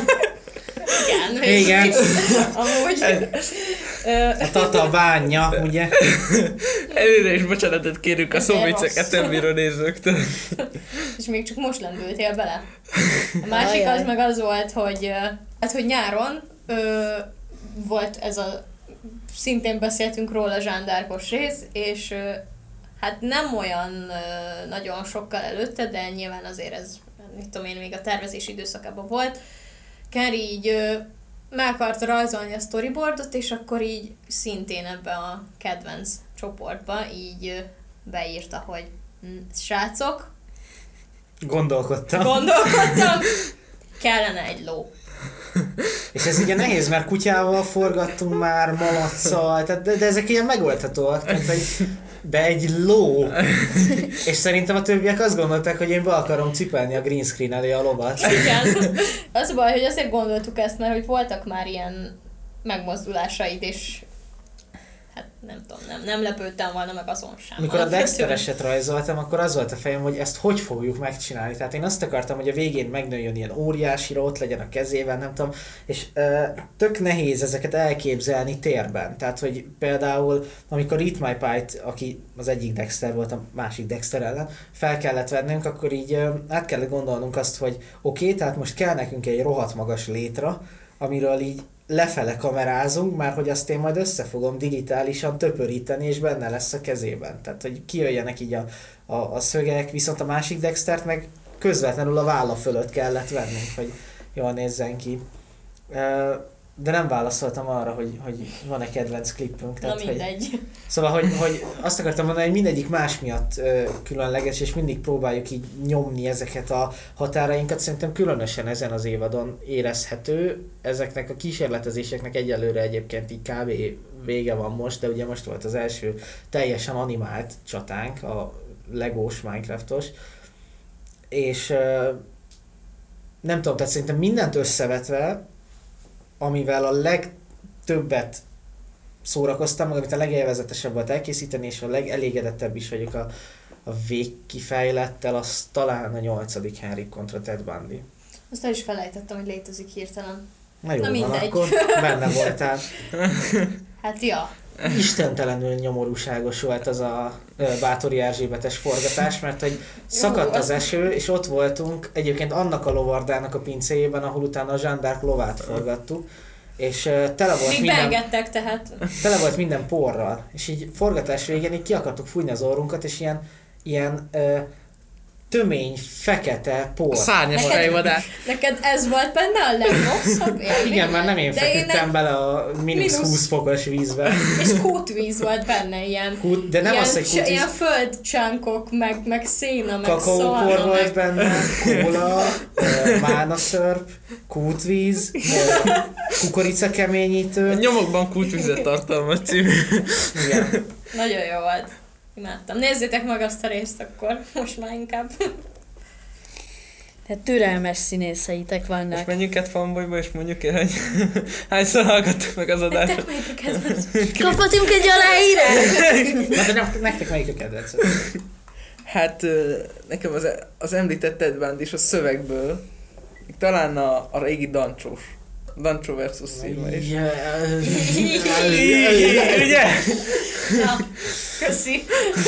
Igen. Igen. Amúgy... A Tatabánya, ugye? Előre is bocsánatot kérünk a Ez szóvicceket rossz. többiro nézőktől. És még csak most lendültél bele. A másik Ajaj. az meg az volt, hogy, ö, hát, hogy nyáron ö, volt ez a, szintén beszéltünk róla, zsándárkos rész, és ö, hát nem olyan ö, nagyon sokkal előtte, de nyilván azért ez, mit tudom én, még a tervezés időszakában volt. Kenry így ö, meg akarta rajzolni a storyboardot, és akkor így szintén ebbe a kedvenc csoportba így ö, beírta, hogy "Hm, srácok, Gondolkodtam. gondolkodtam, kellene egy ló. És ez ugye nehéz, mert kutyával forgattunk már, malacccal, tehát, de, de ezek ilyen megoldhatóak. Tehát, hogy, de egy ló. És szerintem a többiek azt gondolták, hogy én be akarom cipelni a green screen elé a lovat. Igen. Az a baj, hogy azért gondoltuk ezt, mert hogy voltak már ilyen megmozdulásaid, és hát nem tudom, nem, nem lepődtem volna meg azon sem. Amikor a Alapvetően- Dexter-eset rajzoltam, akkor az volt a fejem, hogy ezt hogy fogjuk megcsinálni. Tehát én azt akartam, hogy a végén megnőjön ilyen óriásira, ott legyen a kezében, nem tudom, és ö, tök nehéz ezeket elképzelni térben. Tehát, hogy például, amikor Eat My Pie-t, aki az egyik Dexter volt, a másik Dexter ellen, fel kellett vennünk, akkor így ö, át kellett gondolnunk azt, hogy oké, okay, tehát most kell nekünk egy rohadt magas létra, amiről így lefele kamerázunk, már hogy azt én majd össze fogom digitálisan töpöríteni, és benne lesz a kezében. Tehát, hogy kijöjjenek így a, a, a szögek, viszont a másik Dextert meg közvetlenül a válla fölött kellett vennünk, hogy jól nézzen ki. De nem válaszoltam arra, hogy, hogy van-e kedvenc klippünk. Na Tehát, hogy, mindegy. szóval, hogy, hogy azt akartam mondani, hogy mindegyik más miatt ö, különleges, és mindig próbáljuk így nyomni ezeket a határainkat. Szerintem különösen ezen az évadon érezhető. Ezeknek a kísérletezéseknek egyelőre egyébként így kb. Vége van most, de ugye most volt az első teljesen animált csatánk, a legós Minecraftos. És ö, nem tudom, tehát szerintem mindent összevetve, amivel a legtöbbet szórakoztam, meg amit a legélvezetesebb volt elkészíteni, és a legelégedettebb is vagyok a, a végkifejlettel, az talán a nyolcadik Henry kontra Ted Bundy. Azt el is felejtettem, hogy létezik hirtelen. Na jó, Na van, mindegy. akkor benne voltál. Hát ja. Istentelenül nyomorúságos volt az a ö, Báthori Erzsébetes forgatás, mert hogy szakadt az eső, és ott voltunk egyébként annak a lovardának a pincéjében, ahol utána a Jeanne d'Arc lovát forgattuk, és ö, tele volt Még minden... beengedtek, tehát Tele volt minden porral, és így forgatás végén így ki akartuk fújni az orrunkat, és ilyen, ilyen ö, tömény, fekete por. A szárnyas Neked- fejvadás. neked ez volt benne a legrosszabb élmény? Igen, már nem én De feküdtem nem- bele a mínusz Mínusz- húsz fokos vízbe. És kútvíz volt benne, ilyen, Kút, de nem ilyen, az, hogy cs- kútvíz, ilyen földcsánkok, meg, meg széna, meg kakaópor szalma, volt meg... benne, kóla, ö, mánaszörp, kútvíz, ö, kukorica keményítő. Nyomokban kútvizet tartalmaz című. Igen. Nagyon jó volt. Imádtam. Nézzétek meg azt a részt akkor, most már inkább. Hát türelmes színészeitek Most vannak. menjünk át fanboyba, és mondjuk el, hogy hányszor hallgattuk meg az adást. Nektek melyik a kedvenc? Kaphatunk egy aláírás? Na, de ne- nektek melyik a kedvenced? Hát ö, nekem az, az említett Ted Bundy is a szövegből, talán a, a régi Dancsós. Dancsó versus Szilva is. Ja, Ugye? Na, Köszi.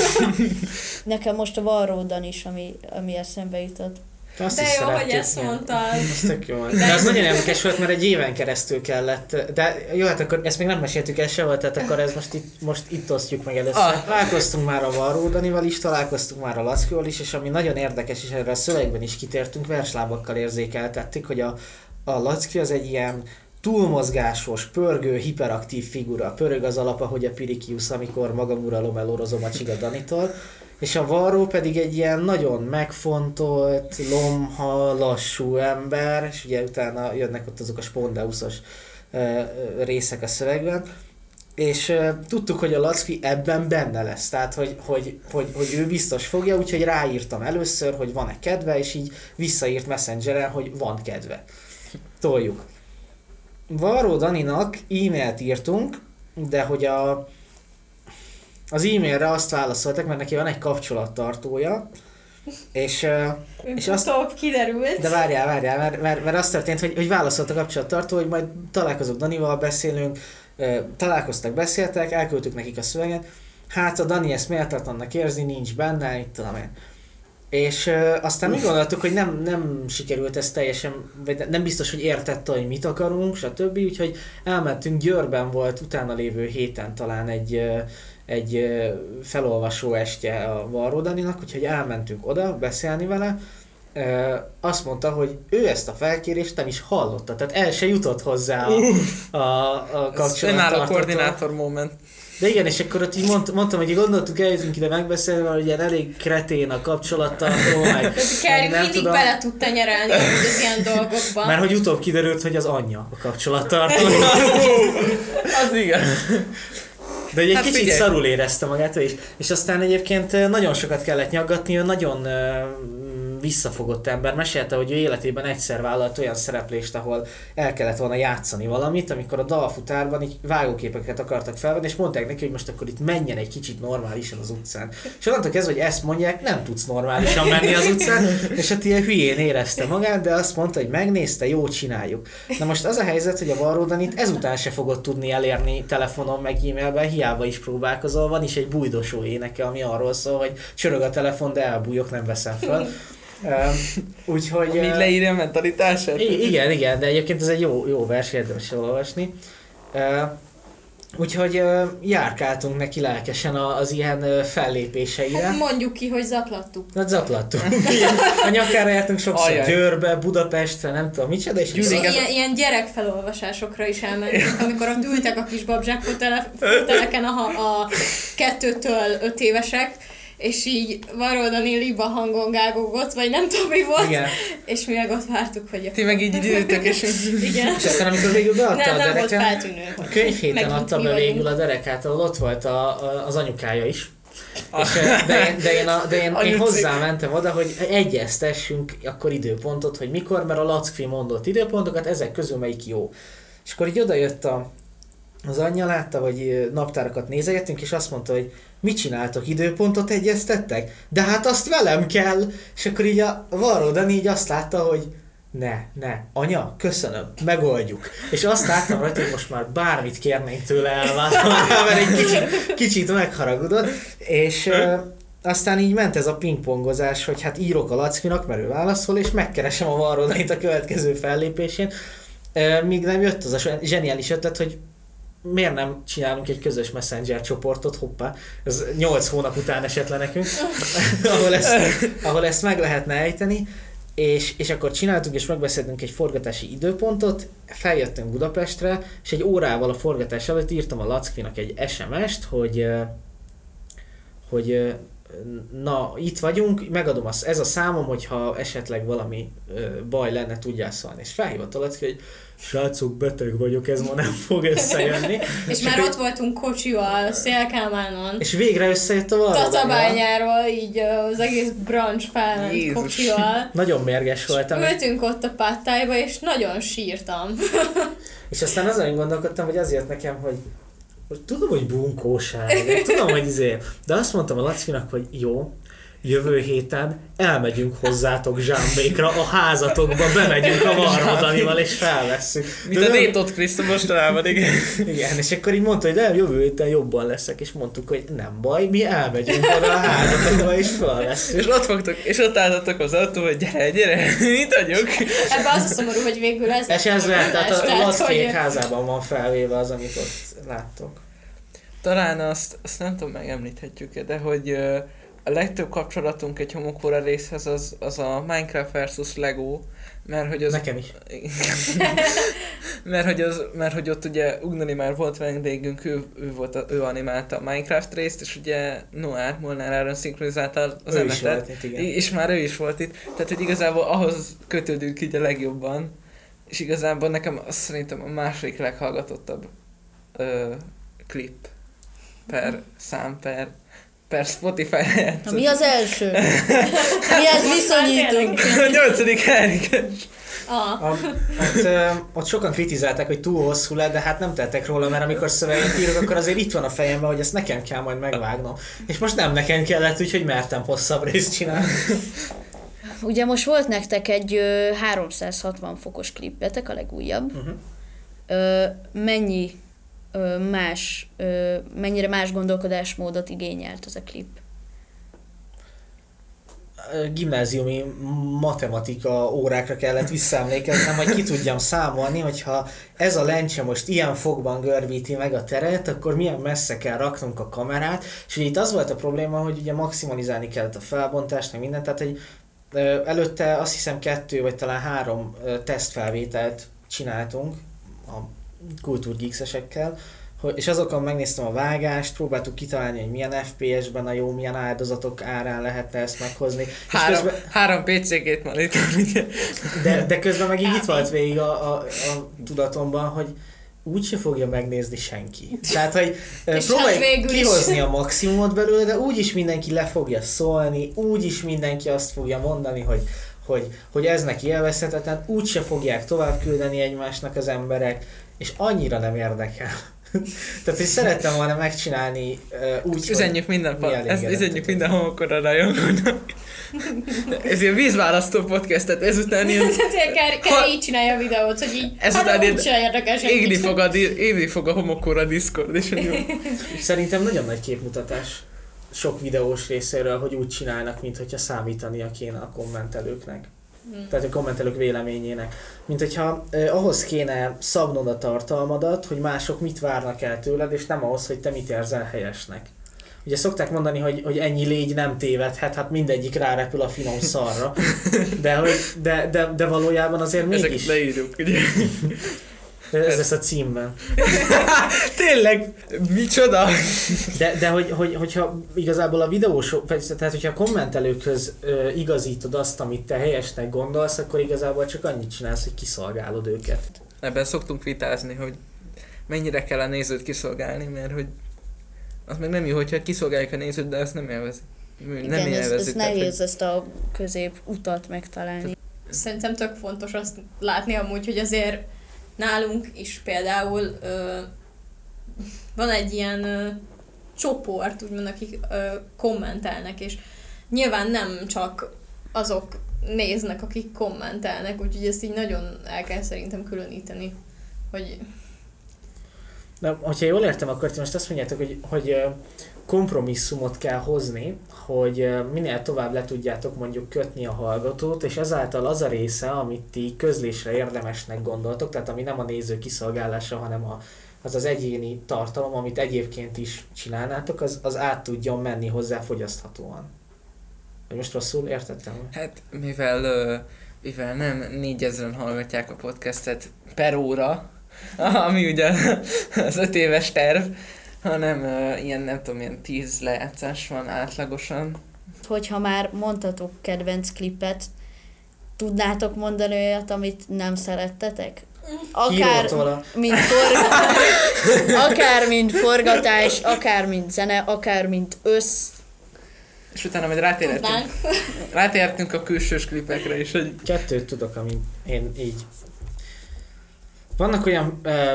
Nekem most a Varródan is, ami, ami eszembe jutott. Azt De is jó, hogy szeretjük, ezt igen. mondtad. Ez tök jó. De az nagyon érdekes volt, mert egy éven keresztül kellett. De jó, hát akkor ezt még nem meséltük el sehol, tehát akkor ez most itt, most itt osztjuk meg először. Ah. Találkoztunk már a Varró Danival is, találkoztunk már a Lackival is, és ami nagyon érdekes, és erre a szövegben is kitértünk, verslábakkal érzékeltettük, hogy a, a Lacki az egy ilyen túlmozgásos, pörgő, hiperaktív figura. Pörög az alap, ahogy a Pirikiusz, amikor magam uralom elorozom a Csiga Danitól. És a Varró pedig egy ilyen nagyon megfontolt, lomha, lassú ember, és ugye utána jönnek ott azok a spondeuszos uh, részek a szövegben, és uh, tudtuk, hogy a Lacki ebben benne lesz, tehát hogy, hogy, hogy, hogy ő biztos fogja, úgyhogy ráírtam először, hogy van-e kedve, és így visszaírt Messengeren, hogy van kedve. Toljuk. Varró Daninak e-mailt írtunk, de hogy a az e-mailre azt válaszoltak, mert neki van egy kapcsolattartója, és, és azt... Utóbb kiderült. De várjál, várjál, mert, mert, mert azt történt, hogy, hogy válaszolt a kapcsolattartó, hogy majd találkozok Danival, beszélünk, találkoztak, beszéltek, elküldtük nekik a szöveget, hát a Dani ezt méltatlannak érzi, nincs benne, itt tudom én. És uh, aztán mi gondoltuk, hogy nem, nem sikerült ez teljesen, vagy nem biztos, hogy értette, hogy mit akarunk, stb. Úgyhogy elmentünk, Győrben volt utána lévő héten talán egy, uh, egy uh, felolvasó estje a Varró Daninak, úgyhogy elmentünk oda beszélni vele. Uh, azt mondta, hogy ő ezt a felkérést nem is hallotta, tehát el se jutott hozzá a, a, a kapcsolattartótól. a koordinátor moment. De igen, és akkor ott így mond, mondtam, hogy gondoltuk, eljöttünk ide megbeszélni, hogy ilyen elég kretén a kapcsolattartó, meg, Kerry mindig tudom. Bele tud tenyerelni az ilyen dolgokban. Mert hogy utóbb kiderült, hogy az anyja a kapcsolattartó. Az igen. De egy Hát kicsit figyelj. szarul érezte magát, és, és aztán egyébként nagyon sokat kellett nyaggatni, ő nagyon uh, visszafogott ember. Mesélte, hogy ő életében egyszer vállalt olyan szereplést, ahol el kellett volna játszani valamit, amikor a dalfutárban így vágóképeket akartak felvenni, és mondták neki, hogy most akkor itt menjen egy kicsit normálisan az utcán. És onnantól kezdve, hogy ezt mondják, nem tudsz normálisan menni az utcán, és hát ilyen hülyén érezte magát, de azt mondta, hogy megnézte, jó, csináljuk. Na most az a helyzet, hogy a Varró Danit ezután se fogod tudni elérni telefonon, meg e-mailben, hiába is próbálkozol, van is egy bújdosó éneke, ami arról szól, hogy csörög a telefon, de elbújok, nem veszem fel. Uh, úgyhogy... Ami uh, leírja a mentalitását. I- igen, igen, de egyébként ez egy jó, jó vers, érdemes olvasni. Uh, úgyhogy uh, járkáltunk neki lelkesen a, az ilyen uh, fellépéseire. Mondjuk ki, hogy zaklattuk. Hát zaklattuk. A nyakára jártunk sokszor, Ajaj. Győrbe, Budapestre, nem tudom micsoda, és Gyűlik ez a- Ilyen, ilyen gyerekfelolvasásokra is elmentünk, amikor ott ültek a kis babzsák fotele- foteleken a, a kettőtől öt évesek, és így Varró Dani liba hangon gágogott, vagy nem tudom mi volt, igen. és mi meg ott vártuk, hogy... Ti meg így ültök, és... Igen. És aztán amikor végül beadta Nem, a nem volt dereken, feltűnő. a könyvhéten Megint adta mi be vagyunk. végül a derekát, ahol ott volt a, a, az anyukája is. És, de én, de én, a, de én, én Anyucik. hozzámentem oda, hogy egyeztessünk akkor időpontot, hogy mikor, mert a Lackfi mondott időpontokat, ezek közül melyik jó. És akkor így odajött a, az anyja, látta, hogy naptárakat nézegettünk, és azt mondta, hogy mit csináltok, időpontot egyeztettek? De hát azt velem kell! És akkor így a Varró Dani így azt látta, hogy ne, ne, anya, köszönöm, megoldjuk. És azt láttam rajta, hogy most már bármit kérnénk tőle elváltam, mert egy kicsit, kicsit megharagudott, és uh, aztán így ment ez a pingpongozás, hogy hát írok a Lackinak, mert ő válaszol, és megkeresem a Varró Danit a következő fellépésén, uh, míg nem jött az a zseniális ötlet, hogy miért nem csinálunk egy közös messenger csoportot, hoppá, ez nyolc hónap után esett le nekünk, ahol, ezt, ahol ezt meg lehetne ejteni, és, és akkor csináltunk és megbeszéltünk egy forgatási időpontot, feljöttünk Budapestre, és egy órával a forgatás előtt írtam a Lackinak egy es em est, hogy, hogy na, itt vagyunk, megadom azt, ez a számom, hogyha esetleg valami baj lenne, tudjál szólni. És felhívott a Lacki, hogy srácok, beteg vagyok, ez ma nem fog összejönni. És már ott voltunk kocsival, Szélkámánon. És végre összejött a Varró Danival. Tatabányáról, így az egész branch felment Jézus. kocsival. Nagyon mérges voltam. Ültünk ott a páttájba, és nagyon sírtam. És aztán azon gondolkodtam, hogy az jött nekem, hogy hogy tudom, hogy bunkóság, tudom, hogy izé, de azt mondtam a Lacinak, hogy jó, jövő héten elmegyünk hozzátok Zsámbékra, a házatokba bemegyünk a Varmadanival és felvesszük. Mint a Détot Krisztus mostanában, igen. Igen, és akkor így mondta, hogy nem, jövő héten jobban leszek, és mondtuk, hogy nem baj, mi elmegyünk oda a házatokba és felvesszük. És ott fogtok, és ott álltatok az autó, hogy gyere, gyere, mit vagyok? Ebben az a szomorú, hogy végül ez És ez lehet, tehát a tehát, Laszkék hogy- házában van felvéve az, amit ott láttok. Talán azt, azt nem tudom, megemlíthetjük-e, de hogy ö, a legtöbb kapcsolatunk egy homokóra részhez az, az a Minecraft versus Lego, mert hogy az... Nekem is. mert, hogy az, mert hogy ott ugye Ugnani már volt vendégünk, ő, ő, volt a, ő animálta a Minecraft részt, és ugye Noár Molnár Áron szinkronizálta az Ő is emetet. volt itt, igen. És már ő is volt itt. Tehát, hogy igazából ahhoz kötődünk így a legjobban. És igazából nekem azt szerintem a második leghallgatottabb ö, klip per szám per, per Spotify Na, mi az első? Mihez viszonyítunk? A nyolcadik Henrikes. Ah. A, ott, ö, ott sokan kritizálták, hogy túl hosszú lett, de hát nem tettek róla, mert amikor szöveget írok, akkor azért itt van a fejemben, hogy ezt nekem kell majd megvágnom. És most nem nekem kellett, úgyhogy mertem hosszabb részt csinálni. Ugye most volt nektek egy ö, háromszázhatvan fokos klippetek, a legújabb. Uh-huh. Ö, mennyi ö, más, ö, mennyire más gondolkodásmódot igényelt az a klip? Gimnáziumi matematika órákra kellett visszaemlékeznem, hogy ki tudjam számolni, hogyha ez a lencse most ilyen fokban görbíti meg a teret, akkor milyen messze kell raknunk a kamerát, és ugye itt az volt a probléma, hogy ugye maximalizálni kellett a felbontást, meg mindent, tehát hogy ö, előtte azt hiszem kettő vagy talán három ö, tesztfelvételt csináltunk a kultúrgeeksesekkel, hogy- és azokon megnéztem a vágást, próbáltuk kitalálni, hogy milyen ef pé es-ben a jó, milyen áldozatok árán lehetne ezt meghozni. És Három, közben, három pé cé gét van itt. de, de közben meg így itt volt végig a, a, a tudatomban, hogy úgyse fogja megnézni senki. Tehát, hogy ö, És próbálj hát végül is. kihozni a maximumot belőle, de úgyis mindenki le fogja szólni, úgyis mindenki azt fogja mondani, hogy, hogy, hogy ez neki élvezhetetlen, úgyse fogják tovább küldeni egymásnak az emberek, és annyira nem érdekel. Tehát, hogy szerettem volna megcsinálni uh, úgy, Üzenjük minden, mi pa- ezt elégedettek üzenjük vagyunk. minden homokora rajongónak. Ez ilyen vízválasztó podcast, tehát ezután ilyen Tehát kell, kell Ha- így csinálja a videót, hogy így, Ezután hát ilyen- úgy se érdekes. égni fog a, di- égni fog a homokora Discord, és hogy jó. Szerintem nagyon nagy képmutatás sok videós részéről, hogy úgy csinálnak, mintha számítania kéne a kommentelőknek. Hmm. Tehát a kommentelők véleményének. Mint hogyha eh, ahhoz kéne szabnod a tartalmadat, hogy mások mit várnak el tőled, és nem ahhoz, hogy te mit érzel helyesnek. Ugye szokták mondani, hogy, hogy ennyi légy nem tévedhet, hát mindegyik rárepül a finom szarra. De, hogy, de, de, de valójában azért Ezeket mégis. leírjuk, ugye? Ez lesz a címben. Tényleg, micsoda? De, de hogy, hogy, hogyha igazából a videós, vagy tehát hogyha a kommentelőkhöz ö, igazítod azt, amit te helyesnek gondolsz, akkor igazából csak annyit csinálsz, hogy kiszolgálod őket. Ebben szoktunk vitázni, hogy mennyire kell a nézőt kiszolgálni, mert hogy az meg nem jó, hogyha kiszolgáljuk a nézőt, de ezt nem élvezi. Nem Igen, ez, élvezik. ez tehát, nehéz hogy- ezt a közép utat megtalálni. Szerintem tök fontos azt látni amúgy, hogy azért nálunk is például ö, van egy ilyen ö, csoport, úgymond, akik ö, kommentelnek, és nyilván nem csak azok néznek, akik kommentelnek, úgyhogy ezt így nagyon el kell szerintem különíteni, hogy De hogyha jól értem, akkor ti most azt mondjátok, hogy, hogy ö, kompromisszumot kell hozni, hogy ö, minél tovább le tudjátok mondjuk kötni a hallgatót, és ezáltal az a része, amit ti közlésre érdemesnek gondoltok, tehát ami nem a néző kiszolgálása, hanem a, az az egyéni tartalom, amit egyébként is csinálnátok, az, az át tudjon menni hozzá fogyaszthatóan. Vagy most rosszul értettem? Hát mivel, ö, mivel nem négyezren hallgatják a podcastet per óra, ami ugye az öt éves terv, hanem ö, ilyen nem tudom, ilyen tíz lejátszás van átlagosan. Hogyha már mondtatok kedvenc klipet, tudnátok mondani olyat, amit nem szerettetek? Akár Hírótól mint, forgatás, akár mint forgatás, akár mint zene, akár mint össz. És utána majd rátérhetünk, tudnánk. rátérhetünk a külsős klipekre is, hogy Kettőt tudok, amit én így... Vannak olyan ö,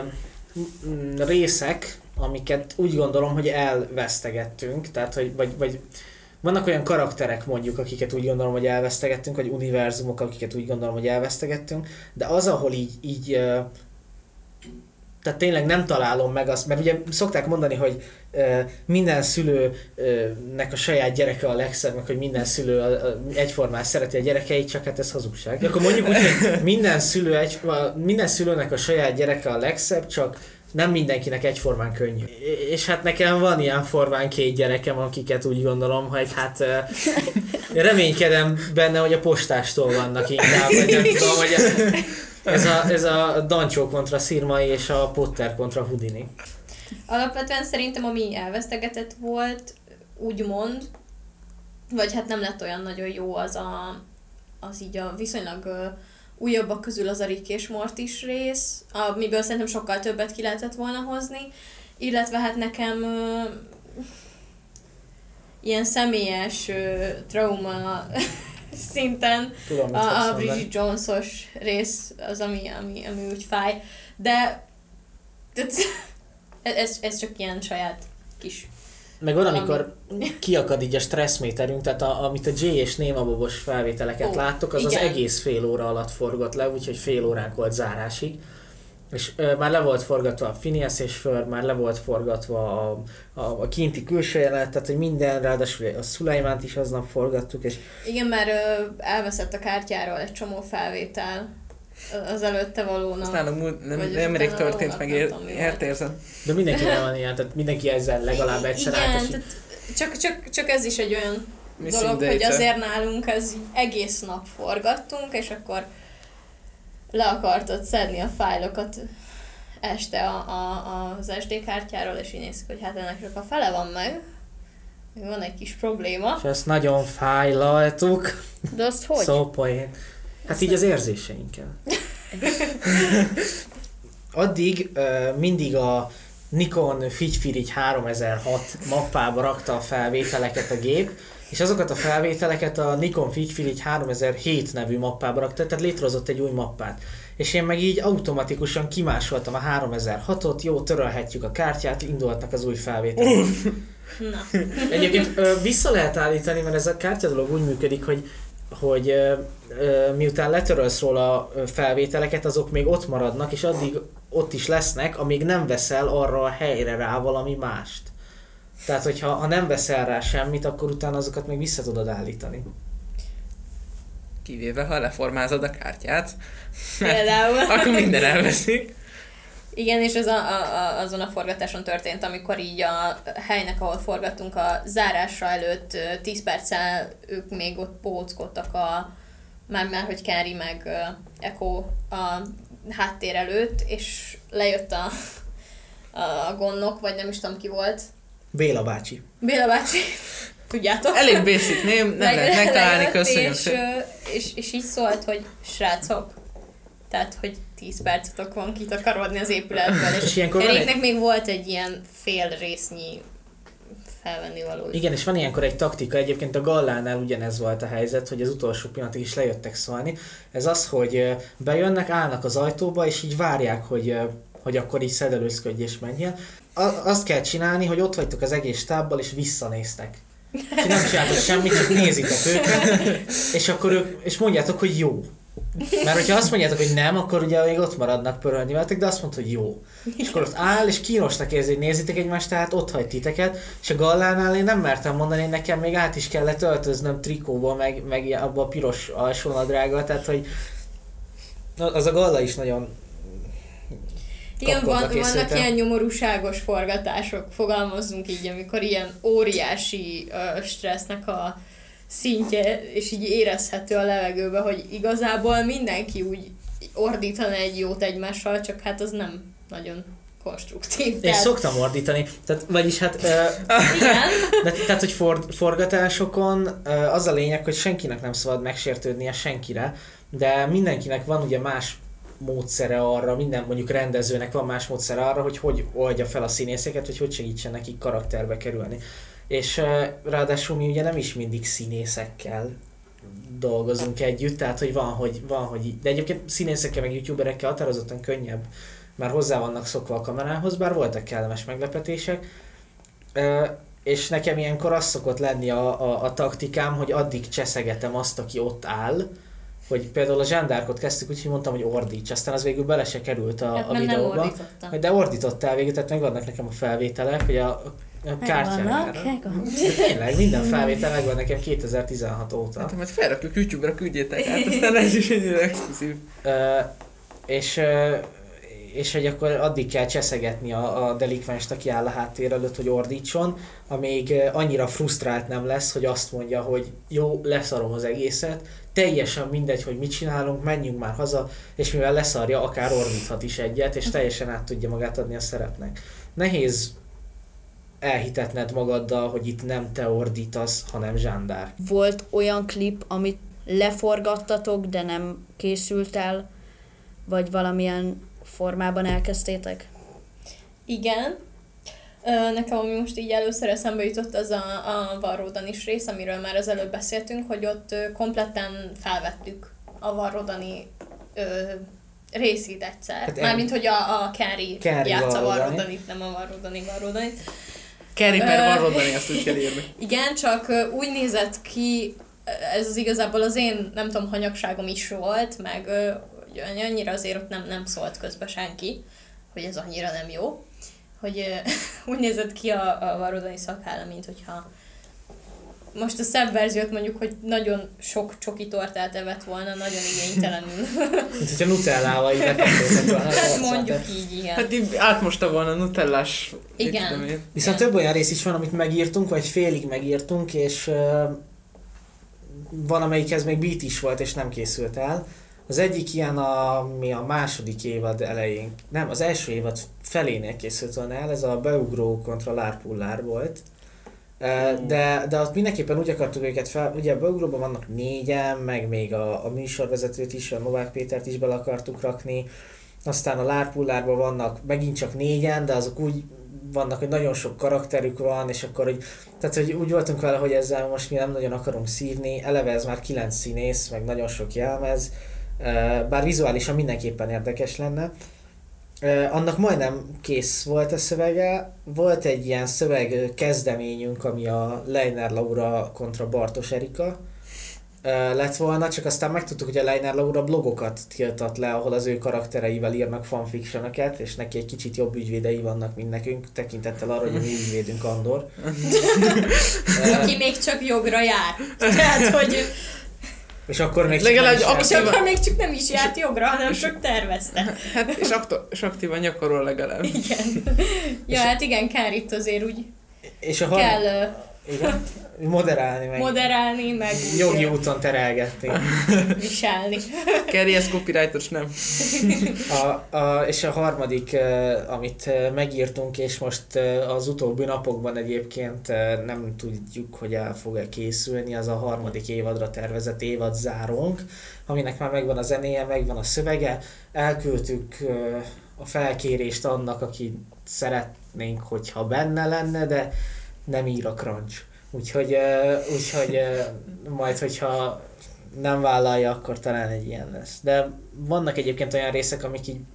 részek, amiket úgy gondolom, hogy elvesztegettünk, tehát hogy vagy, vagy vannak olyan karakterek mondjuk, akiket úgy gondolom, hogy elvesztegettünk, vagy univerzumok, akiket úgy gondolom, hogy elvesztegettünk, de az, ahol így, így tehát tényleg nem találom meg azt, mert ugye szokták mondani, hogy minden szülőnek a saját gyereke a legszebb, meg hogy minden szülő egyformán szereti a gyerekeit, csak hát ez hazugság. Akkor mondjuk úgy, hogy minden, szülő egy, minden szülőnek a saját gyereke a legszebb, csak nem mindenkinek egyformán könnyű. És hát nekem van ilyen formán két gyerekem, akiket úgy gondolom, hogy hát reménykedem benne, hogy a postástól vannak inkább, vagy nem tudom, hogy ez a, ez a Dancsó kontra Szirmai és a Potter kontra Houdini. Alapvetően szerintem ami elvesztegetett volt, úgymond, vagy hát nem lett olyan nagyon jó az a, az így a viszonylag uh, újabbak közül az a Rick és Mortis rész, amiből szerintem sokkal többet ki lehetett volna hozni, illetve hát nekem uh, ilyen személyes uh, trauma szinten Tudom, a, a Bridget Jones-os rész az, ami, ami, ami úgy fáj, de ez, ez csak ilyen saját kis... Meg van, amikor kiakad így a stresszméterünk, tehát a, amit a Jay és Néma Bobos felvételeket Ó, láttok, az igen. az egész fél óra alatt forgott le, úgyhogy fél óránk volt zárásig. És ö, már le volt forgatva a Phineas és Ferb, már le volt forgatva a, a, a kinti külső jelenet, tehát hogy minden, ráadásul a Szulajmánt is aznap forgattuk, és... Igen, mert ö, elveszett a kártyáról egy csomó felvétel az előtte valónak. Ez nálunk múlt, nem, Vagy nemrég utána történt, meg valónak, nem ér, tudom, mi volt. érzem. De mindenkinek van ilyen, tehát mindenki ezzel legalább egyszer Igen, átesik. tehát csak, csak, csak ez is egy olyan Missing dolog, data. hogy azért nálunk ez egész nap forgattunk, és akkor le akartad szedni a fájlokat este a, a, az es dé kártyáról, és így néztük, hogy hát ennek csak a fele van meg. Még van egy kis probléma. És ezt nagyon fájlaltuk. De azt hogy? Szó poén. Hát így az érzéseinkkel. Addig uh, mindig a Nikon Figyfirigy háromezer-hat mappába rakta a felvételeket a gép, és azokat a felvételeket a Nikon Figyfirigy háromezer-hét nevű mappába rakta, tehát létrehozott egy új mappát. És én meg így automatikusan kimásoltam a háromezer-hatot, jó, törölhetjük a kártyát, indulhatnak az új felvételek. Na. Egyébként ö, vissza lehet állítani, mert ez a kártya dolog úgy működik, hogy hogy ö, ö, miután letörölsz róla felvételeket, azok még ott maradnak, és addig ott is lesznek, amíg nem veszel arra a helyre rá valami mást. Tehát, hogyha ha nem veszel rá semmit, akkor utána azokat még vissza tudod állítani. Kivéve, ha leformázod a kártyát, Például. akkor minden elveszik. Igen, és ez a, a, a, azon a forgatáson történt, amikor így a helynek, ahol forgattunk, a zárása előtt tíz perccel ők még ott póckodtak a, már, már hogy Carrie meg uh, Echo a háttér előtt, és lejött a, a gondnok, vagy nem is tudom ki volt. Béla bácsi. Béla bácsi, tudjátok. Elég basic name, nem Meg- lehet megtalálni, lejött, köszönöm és, szépen. ö, és, és így szólt, hogy srácok, tehát, hogy tíz percetok van kitakarodni az épületből, És és ilyenkor van Eriknek egy- még volt egy ilyen fél résznyi felvenni való. Igen, és van ilyenkor egy taktika, egyébként a Gallánál ugyanez volt a helyzet, hogy az utolsó pillanatig is lejöttek szólni. Ez az, hogy ö, bejönnek, állnak az ajtóba, és így várják, hogy, ö, hogy akkor így szedelőzködj és menjél. A- azt kell csinálni, hogy ott vagytok az egész stábbal, és visszanéztek. És nem csináltok semmit, csak nézitek őket, és akkor ők, és mondjátok, hogy jó. Mert hogyha azt mondjátok, hogy nem, akkor ugye még ott maradnak pörölni veletek, de azt mondta, hogy jó. És akkor ott áll, és kínosnak érzi, hogy nézitek egymást, tehát ott hagy titeket, és a Gallánál én nem mertem mondani, hogy nekem még át is kellett öltöznöm trikóba, meg, meg abba a piros alsónadrággal, tehát hogy az a Galla is nagyon Igen, kapkodva van, vannak készültem. ilyen nyomorúságos forgatások, fogalmazzunk így, amikor ilyen óriási uh, stressznek a szintje, és így érezhető a levegőbe, hogy igazából mindenki úgy ordítana egy jót egymással, csak hát az nem nagyon konstruktív. Én Tehát, szoktam ordítani, tehát, vagyis hát, ö, igen, de, tehát hogy for, forgatásokon ö, az a lényeg, hogy senkinek nem szabad megsértődnie senkire, de mindenkinek van ugye más módszere arra, minden mondjuk rendezőnek van más módszere arra, hogy hogy oldja fel a színészeket, hogy hogy segítsen nekik karakterbe kerülni. És uh, ráadásul mi ugye nem is mindig színészekkel dolgozunk együtt, tehát hogy van, hogy, van, hogy de egyébként színészekkel meg youtuberekkel határozottan könnyebb, már hozzá vannak szokva a kamerához, bár voltak kellemes meglepetések. Uh, és nekem ilyenkor az szokott lenni a, a, a taktikám, hogy addig cseszegetem azt, aki ott áll, hogy például a zsándárkot kezdtük, úgyhogy mondtam, hogy ordíts, aztán az végül bele se került a, hát a videóba. Nem ordítottam. De ordítottál végül, tehát megvannak nekem a felvételek, hogy a, a kártyájára. Tényleg, minden felvétel megvan nekem kétezer-tizenhat óta. Hát majd felrakjuk YouTube-ra, küldjétek át, aztán ez is ennyire exkluzív. Uh, és, uh, és hogy akkor addig kell cseszegetni a, a delikvenst, aki áll a háttér előtt, hogy ordítson, amíg uh, annyira frusztrált nem lesz, hogy azt mondja, hogy jó, leszarom az egészet, teljesen mindegy, hogy mit csinálunk, menjünk már haza, és mivel leszarja, akár ordíthat is egyet, és teljesen át tudja magát adni a szerepnek. Nehéz elhitetned magaddal, hogy itt nem te ordítasz, hanem zsándár. Volt olyan klip, amit leforgattatok, de nem készült el, vagy valamilyen formában elkezdtétek? Igen. Ö, nekem ami most így először eszembe jutott, az a, a Varrodanis rész, amiről már az előbb beszéltünk, hogy ott ö, kompletten felvettük a Varrodani ö, részét egyszer. Hát Mármint, hogy a, a Carrie, Carrie játsza Varrodanit, nem a Varrodani Varrodanit. Carrie per Varrodani, azt úgy kell írni. Igen, csak ö, úgy nézett ki, ez az igazából az én, nem tudom, hanyagságom is volt, meg ö, annyira azért ott nem, nem szólt közbe senki, hogy ez annyira nem jó. Hogy úgy nézett ki a, a Varrodani szakállam, mint hogyha most a szebb verziót mondjuk, hogy nagyon sok csoki tortát evett volna, nagyon igénytelenül. Mint hogyha nutellával így lekapcsoltak volna. Hát mondjuk így, igen. Hát így átmosta volna nutellás. Igen. Viszont több olyan rész is van, amit megírtunk, vagy félig megírtunk, és uh, van, amelyikhez még beat is volt, és nem készült el. Az egyik ilyen, a, ami a második évad elején, nem, az első évad felénél készült volna el, ez a beugró kontra lárpullár volt. Mm. De, de ott mindenképpen úgy akartuk őket fel, ugye a beugróban vannak négyen, meg még a, a műsorvezetőt is, a Novák Pétert is bele akartuk rakni, aztán a lárpullárban vannak megint csak négyen, de azok úgy vannak, hogy nagyon sok karakterük van, és akkor hogy, tehát hogy úgy voltunk vele, hogy ezzel most mi nem nagyon akarunk szívni, eleve ez már kilenc színész, meg nagyon sok jelmez, bár vizuálisan mindenképpen érdekes lenne. Annak majdnem kész volt a szövege. Volt egy ilyen szöveg kezdeményünk, ami a Leiner Laura kontra Bartos Erika lett volna, csak aztán megtudtuk, hogy a Leiner Laura blogokat tiltott le, ahol az ő karaktereivel írnak fanfictionokat, és neki egy kicsit jobb ügyvédei vannak, mint nekünk, tekintettel arra, hogy a mi ügyvédünk Andor. Aki még csak jogra jár. Tehát, hogy... És akkor még legalább csak, és akkor még csak nem is járt jogra, hanem csak tervezte. Hát, és, akto- és aktívan gyakorol legalább. Igen. Ja, hát igen, kár itt azért úgy és a kell... Igen? Moderálni meg. Moderálni, meg... Jogi úton terelgetni. Viselni. Kerry, ez copyrightos, nem? A, a, és a harmadik, amit megírtunk, és most az utóbbi napokban egyébként nem tudjuk, hogy el fog-e készülni, az a harmadik évadra tervezett évad zárónk, aminek már megvan a zenéje, megvan a szövege. Elküldtük a felkérést annak, aki szeretnénk, hogyha benne lenne, de nem ír a crunch. Úgyhogy, uh, úgyhogy uh, majd, hogyha nem vállalja, akkor talán egy ilyen lesz. De vannak egyébként olyan részek, amik így...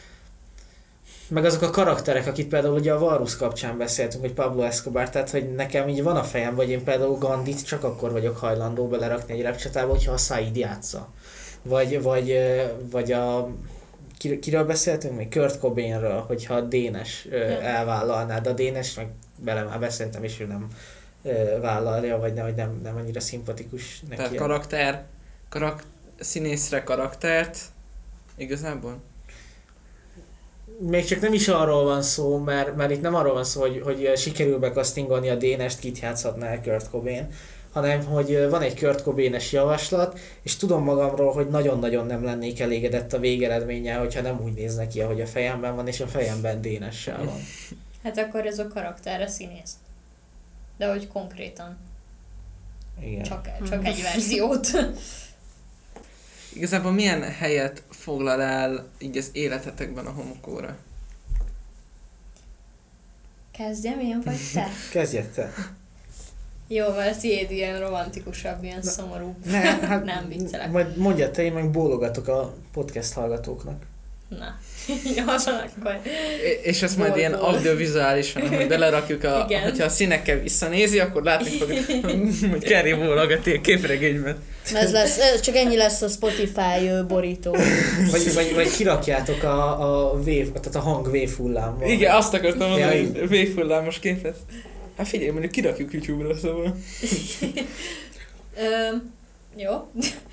Meg azok a karakterek, akik például ugye a Varus kapcsán beszéltünk, hogy Pablo Escobar, tehát hogy nekem így van a fejem, vagy én például Gandhit csak akkor vagyok hajlandó belerakni egy repcsatába, hogyha a Said játsza. Vagy, vagy, vagy a... Kiről beszéltünk? Még Kurt Cobainről, hogyha a Dénes elvállalná, de a Dénes meg bele már beszéltem, és ő nem vállalja, vagy nem, nem, nem annyira szimpatikus neki. Tehát karakter, karak, színészre karaktert, igazából? Még csak nem is arról van szó, mert, mert itt nem arról van szó, hogy, hogy sikerül bekasztingolni a Dénest, kit játszhatná el Kurt Cobain, hanem hogy van egy Kurt Cobain-es javaslat, és tudom magamról, hogy nagyon-nagyon nem lennék elégedett a végeredménnyel, hogyha nem úgy néz neki, ahogy a fejemben van, és a fejemben Dénessel van. Hát akkor ez a karakterre színész. De hogy konkrétan. Igen. Csak, csak egy verziót. Igazából milyen helyet foglal el így az életetekben a homokóra? Kezdjem én, vagy te? Kezdjed te. Jó, mert tiéd ilyen romantikusabb, ilyen szomorú. Ne, hát nem viccelek. Majd mondjad te, én meg bólogatok a podcast hallgatóknak. Na, az akkor... És ezt majd ilyen Bolból. audiovizuálisan, hogy belerakjuk, a, Igen. hogyha a színekkel visszanézi, akkor látni fog, hogy Kerry bólogat ilyen képregényben. Ez lesz, ez csak ennyi lesz a Spotify ö, borító. Vagy, vagy, vagy kirakjátok a, a, wave, tehát a hang wave-hullámmal. Igen, azt akartam mondani, Ja, hogy végfullámos képet. Hát figyelj, mondjuk kirakjuk YouTube-ra, szóval. Ö, jó.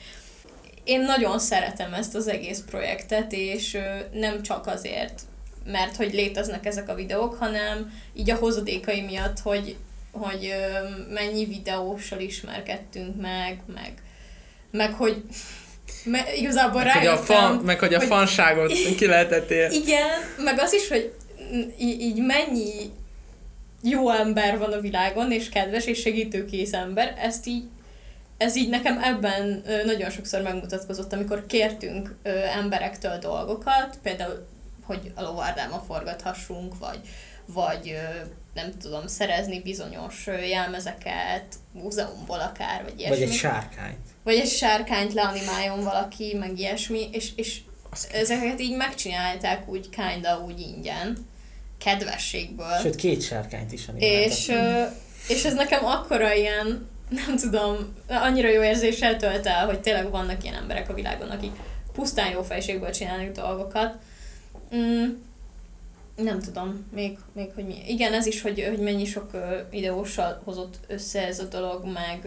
Én nagyon szeretem ezt az egész projektet, és ö, nem csak azért, mert hogy léteznek ezek a videók, hanem így a hozadékai miatt, hogy, hogy ö, mennyi videóssal ismerkedtünk meg, meg, meg hogy me, igazából Meg hogy, a rájöttem, fan, meg hogy a hogy- fanságot ki lehetett élni. igen, meg az is, hogy így, így mennyi jó ember van a világon, és kedves, és segítőkész ember, ezt így, ez így nekem ebben ö, nagyon sokszor megmutatkozott, amikor kértünk ö, emberektől dolgokat, például, hogy a lovardáma forgathassunk, vagy, vagy ö, nem tudom, szerezni bizonyos ö, jelmezeket, múzeumból akár, vagy ilyesmi. Vagy egy sárkányt. Vagy egy sárkányt leanimáljon valaki, meg ilyesmi, és, és ezeket így megcsinálták úgy kinda úgy ingyen, kedvességből. Sőt, két sárkányt is animáltak. És, ö, és ez nekem akkora ilyen, nem tudom, annyira jó érzéssel tölt el, hogy tényleg vannak ilyen emberek a világon, akik pusztán jó fejségből csinálnak dolgokat. Mm, nem tudom, még, még hogy mi. Igen, ez is, hogy, hogy mennyi sok ö, videóssal hozott össze ez a dolog, meg,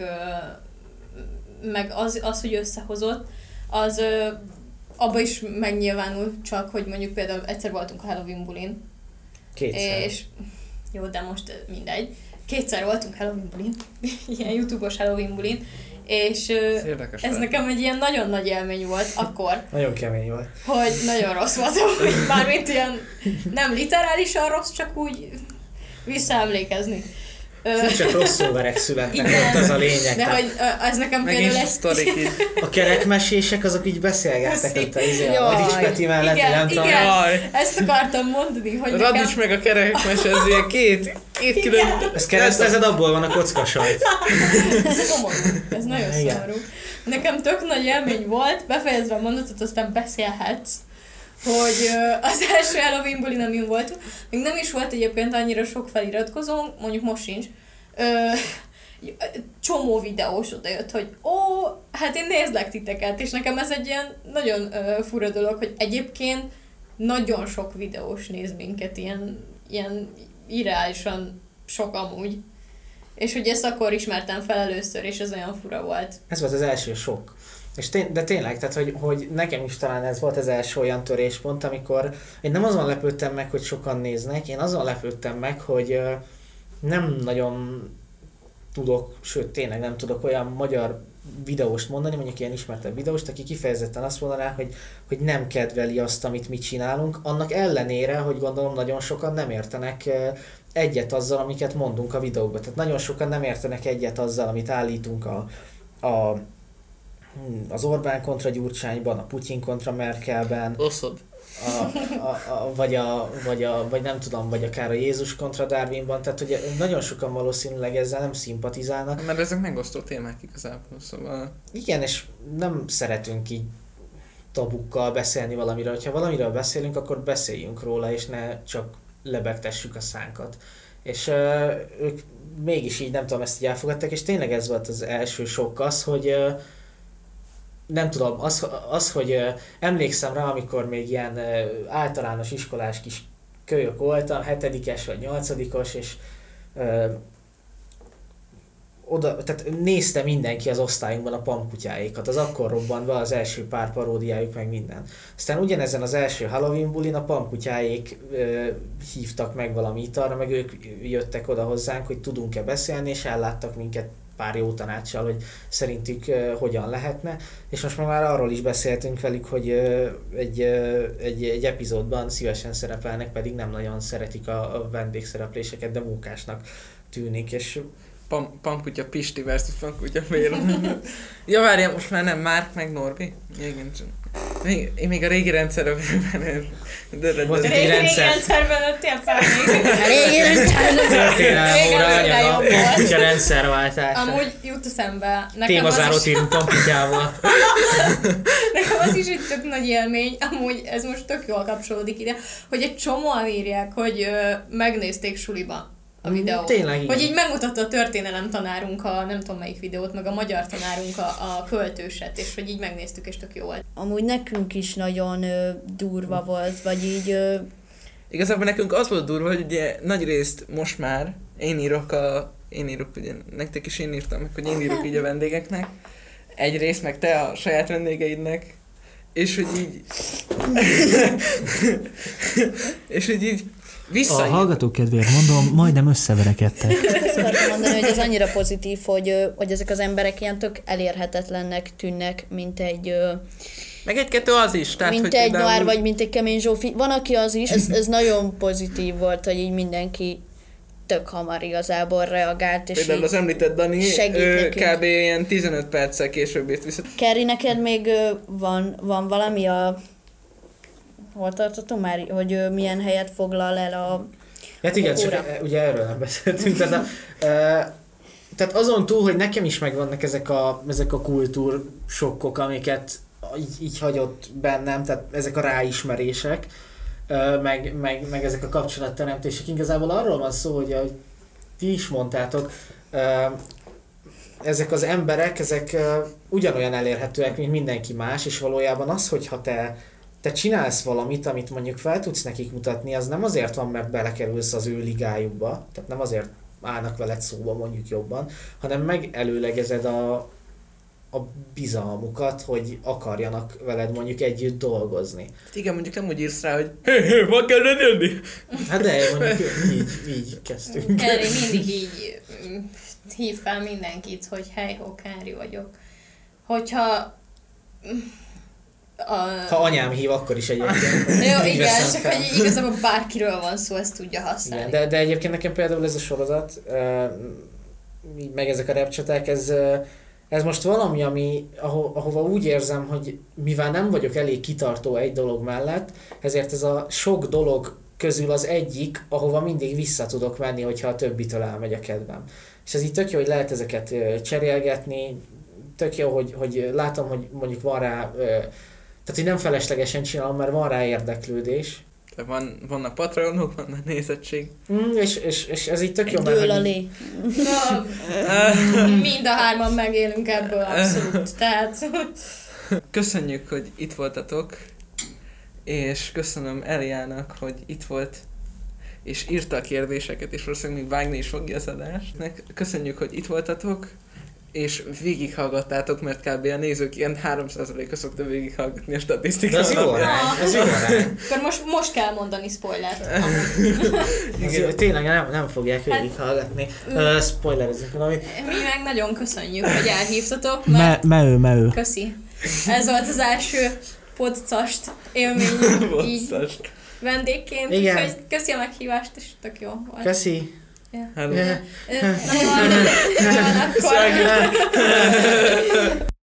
ö, meg az, az, hogy összehozott, az ö, abba is megnyilvánul csak, hogy mondjuk például egyszer voltunk a Halloween bulin, Kétszer. és jó, de most mindegy. Kétszer voltunk Halloween bulin, ilyen YouTube-os Halloween bulin, és ö, Ez érdekes. ez lehet. nekem egy ilyen nagyon nagy élmény volt akkor, Nagyon kemény volt. hogy nagyon rossz voltam, hogy mármint ilyen nem literálisan rossz, csak úgy visszaemlékezni. Ö, Csak rossz szóverek születnek, Igen. ott az a lényeg. De Tehát hogy ö, ez nekem Megint például a egy... sztorik így. a kerekmesések azok így beszélgettek Köszi. ott a izé, a Jaj. Radics Peti mellett, Igen, nem tudom. igen. Jaj. Ezt akartam mondani, hogy nekem... Radics meg a kerekmese, ez ilyen két, két külön... Ez keresztezed, abból van a kockasajt. Ez komoly. Ez nagyon Igen. szomorú. Nekem tök nagy élmény volt, befejezve a mondatot, aztán beszélhetsz, hogy ö, az első Halloween bulin, amin voltunk, még nem is volt egyébként annyira sok feliratkozónk, mondjuk most sincs, ö, csomó videós odajött, hogy ó, hát én nézlek titeket, és nekem ez egy ilyen nagyon ö, fura dolog, hogy egyébként nagyon sok videós néz minket, ilyen, ilyen irreálisan sok amúgy. És hogy ezt akkor ismertem fel először, és ez olyan fura volt. Ez volt az első sok. És tény, de tényleg, tehát hogy, hogy nekem is talán ez volt az első olyan töréspont, amikor én nem azon lepődtem meg, hogy sokan néznek, én azon lepődtem meg, hogy ö, nem nagyon tudok, sőt tényleg nem tudok olyan magyar videóst mondani, mondjuk ilyen ismertebb videóst, aki kifejezetten azt mondaná, hogy, hogy nem kedveli azt, amit mi csinálunk, annak ellenére, hogy gondolom nagyon sokan nem értenek ö, egyet azzal, amiket mondunk a videókban. Tehát nagyon sokan nem értenek egyet azzal, amit állítunk a, a az Orbán kontra Gyurcsányban, a Putyin kontra Merkelben, Oszod. a, a, a, vagy, a, vagy, a, vagy nem tudom, vagy akár a Jézus kontra Darwinban, tehát hogy nagyon sokan valószínűleg ezzel nem szimpatizálnak. Mert ezek megosztó témák igazából, szóval... Igen, és nem szeretünk így tabukkal beszélni valamiről. Hogyha valamiről beszélünk, akkor beszéljünk róla, és ne csak lebegtessük a szánkat. És uh, ők mégis így, nem tudom, ezt így elfogadták, és tényleg ez volt az első sok az, hogy uh, nem tudom, az, az hogy uh, emlékszem rá, amikor még ilyen uh, általános iskolás kis kölyök voltam, hetedikes vagy nyolcadikos, és uh, oda, tehát nézte mindenki az osztályunkban a pamkutyáikat, az akkor robbant be az első pár paródiájuk, meg minden. Aztán ugyanezen az első Halloween bulin a pamkutyáik ö, hívtak meg valami italra, meg ők jöttek oda hozzánk, hogy tudunk-e beszélni, és elláttak minket pár jó tanácssal, hogy szerintük ö, hogyan lehetne, és most már arról is beszéltünk velük, hogy ö, egy, ö, egy, egy epizódban szívesen szerepelnek, pedig nem nagyon szeretik a, a vendégszerepléseket, de munkásnak tűnik, és Pam, Pankutya Pisti versus Pankutya Béla. Ja, várjál, most már nem Márk meg Norbi? Igen, csak... Még, én még a régi rendszerben... De, de, Volt de, egy Régi rendszer. rendszerben lettél fel még. A régi rendszerben. Történelem óra Régen anyag a jobb volt. komputya rendszerváltása. Amúgy jut eszembe. Nekem az Témazárót is, írunk komputyával. nekem az is egy tök nagy élmény, amúgy ez most tök jól kapcsolódik ide, hogy egy csomóan írják, hogy ö, megnézték suliba a videót. Tényleg igen. Hogy így megmutatta a történelem tanárunk a nem tudom melyik videót, meg a magyar tanárunk a, a költőset, és hogy így megnéztük, és tök jó volt. Amúgy nekünk is nagyon ö, durva volt, vagy így... Ö, Igazából nekünk az volt durva, hogy ugye nagy részt most már én írok a... Én írok, ugye nektek is én írtam meg, hogy én írok így a vendégeknek. Egyrészt, meg te a saját vendégeidnek. És hogy így... és hogy így A visszaír. hallgatók kedvéért mondom, majdnem összeverekedtek. Ezt akartam mondani, hogy ez annyira pozitív, hogy, ö, hogy ezek az emberek ilyen tök elérhetetlennek tűnnek, mint egy... Ö, Meg egy-kettő az is. Tehát, mint hogy egy például- Noár, vagy mint egy Kemény Zsófi. Van, aki az is, ez, ez nagyon pozitív volt, hogy így mindenki tök hamar igazából reagált, és Például így... az említett Dani, segít ő nekünk. kb. Ilyen tizenöt perccel később ért vissza. Kerry, neked még ö, van, van valami a... Hol tartottunk már, hogy ö, milyen helyet foglal el a... Hát igen, csak óra. e- ugye erről nem beszéltünk. Tehát, a, e, tehát azon túl, hogy nekem is megvannak ezek a, ezek a kultúrsokkok, amiket így, így hagyott bennem, tehát ezek a ráismerések, e, meg, meg, meg ezek a kapcsolatteremtések. Igazából arról van szó, hogy ahogy ti is mondtátok, e, ezek az emberek, ezek e, ugyanolyan elérhetőek, mint mindenki más, és valójában az, hogyha te te csinálsz valamit, amit mondjuk fel tudsz nekik mutatni, az nem azért van, mert belekerülsz az ő ligájukba, tehát nem azért állnak veled szóba mondjuk jobban, hanem megelőlegezed a, a bizalmukat, hogy akarjanak veled mondjuk együtt dolgozni. Igen, mondjuk nem úgy írsz rá, hogy hé, hé, van kell jönni. Hát de mondjuk így, így kezdtünk. Kerry mindig így mm, hív fel mindenkit, hogy hely, ho, Kerry vagyok. Hogyha... mm, A... Ha anyám hív, akkor is egyébként. Jó, így igen, veszem csak fel. hogy igazából bárkiről van szó, ezt tudja használni. Igen, de, de egyébként nekem például ez a sorozat, uh, meg ezek a repcsaták, ez, uh, ez most valami, ami, aho, ahova úgy érzem, hogy mivel nem vagyok elég kitartó egy dolog mellett, ezért ez a sok dolog közül az egyik, ahova mindig vissza tudok menni, hogyha a többitől elmegy a kedvem. És ez így tök jó, hogy lehet ezeket uh, cserélgetni, tök jó, hogy, hogy látom, hogy mondjuk van rá, uh, tehát hogy nem feleslegesen csinálom, mert van rá érdeklődés. De van, vannak patronok, vannak nézettség. Mm, és, és, és ez így tök jó, Dől a hogy- lé. Na, mind a hárman megélünk ebből abszolút, tehát... Köszönjük, hogy itt voltatok, és köszönöm Eliának, hogy itt volt, és írta a kérdéseket, és valószínűleg még vágni is fogja az adást. Nek- Köszönjük, hogy itt voltatok, és végighallgattátok, mert kb. A nézők ilyen három százaléka szokta végighallgatni a De statisztikát. az jó arány, az jó arány. Akkor most, most kell mondani spoilert. Az jó, tényleg nem, nem fogják végighallgatni. Uh, spoilerezünk valamit. Mi meg nagyon köszönjük, hogy elhívtatok, mert Me, meő, meő. köszi. Ez volt az első podcast élményünk így Bosszas. vendégként, Igen. úgyhogy köszi a meghívást, és tök jó volt. Köszi. Ja. Hello. Yeah. Ö, Na jó, van, jó van, akkor...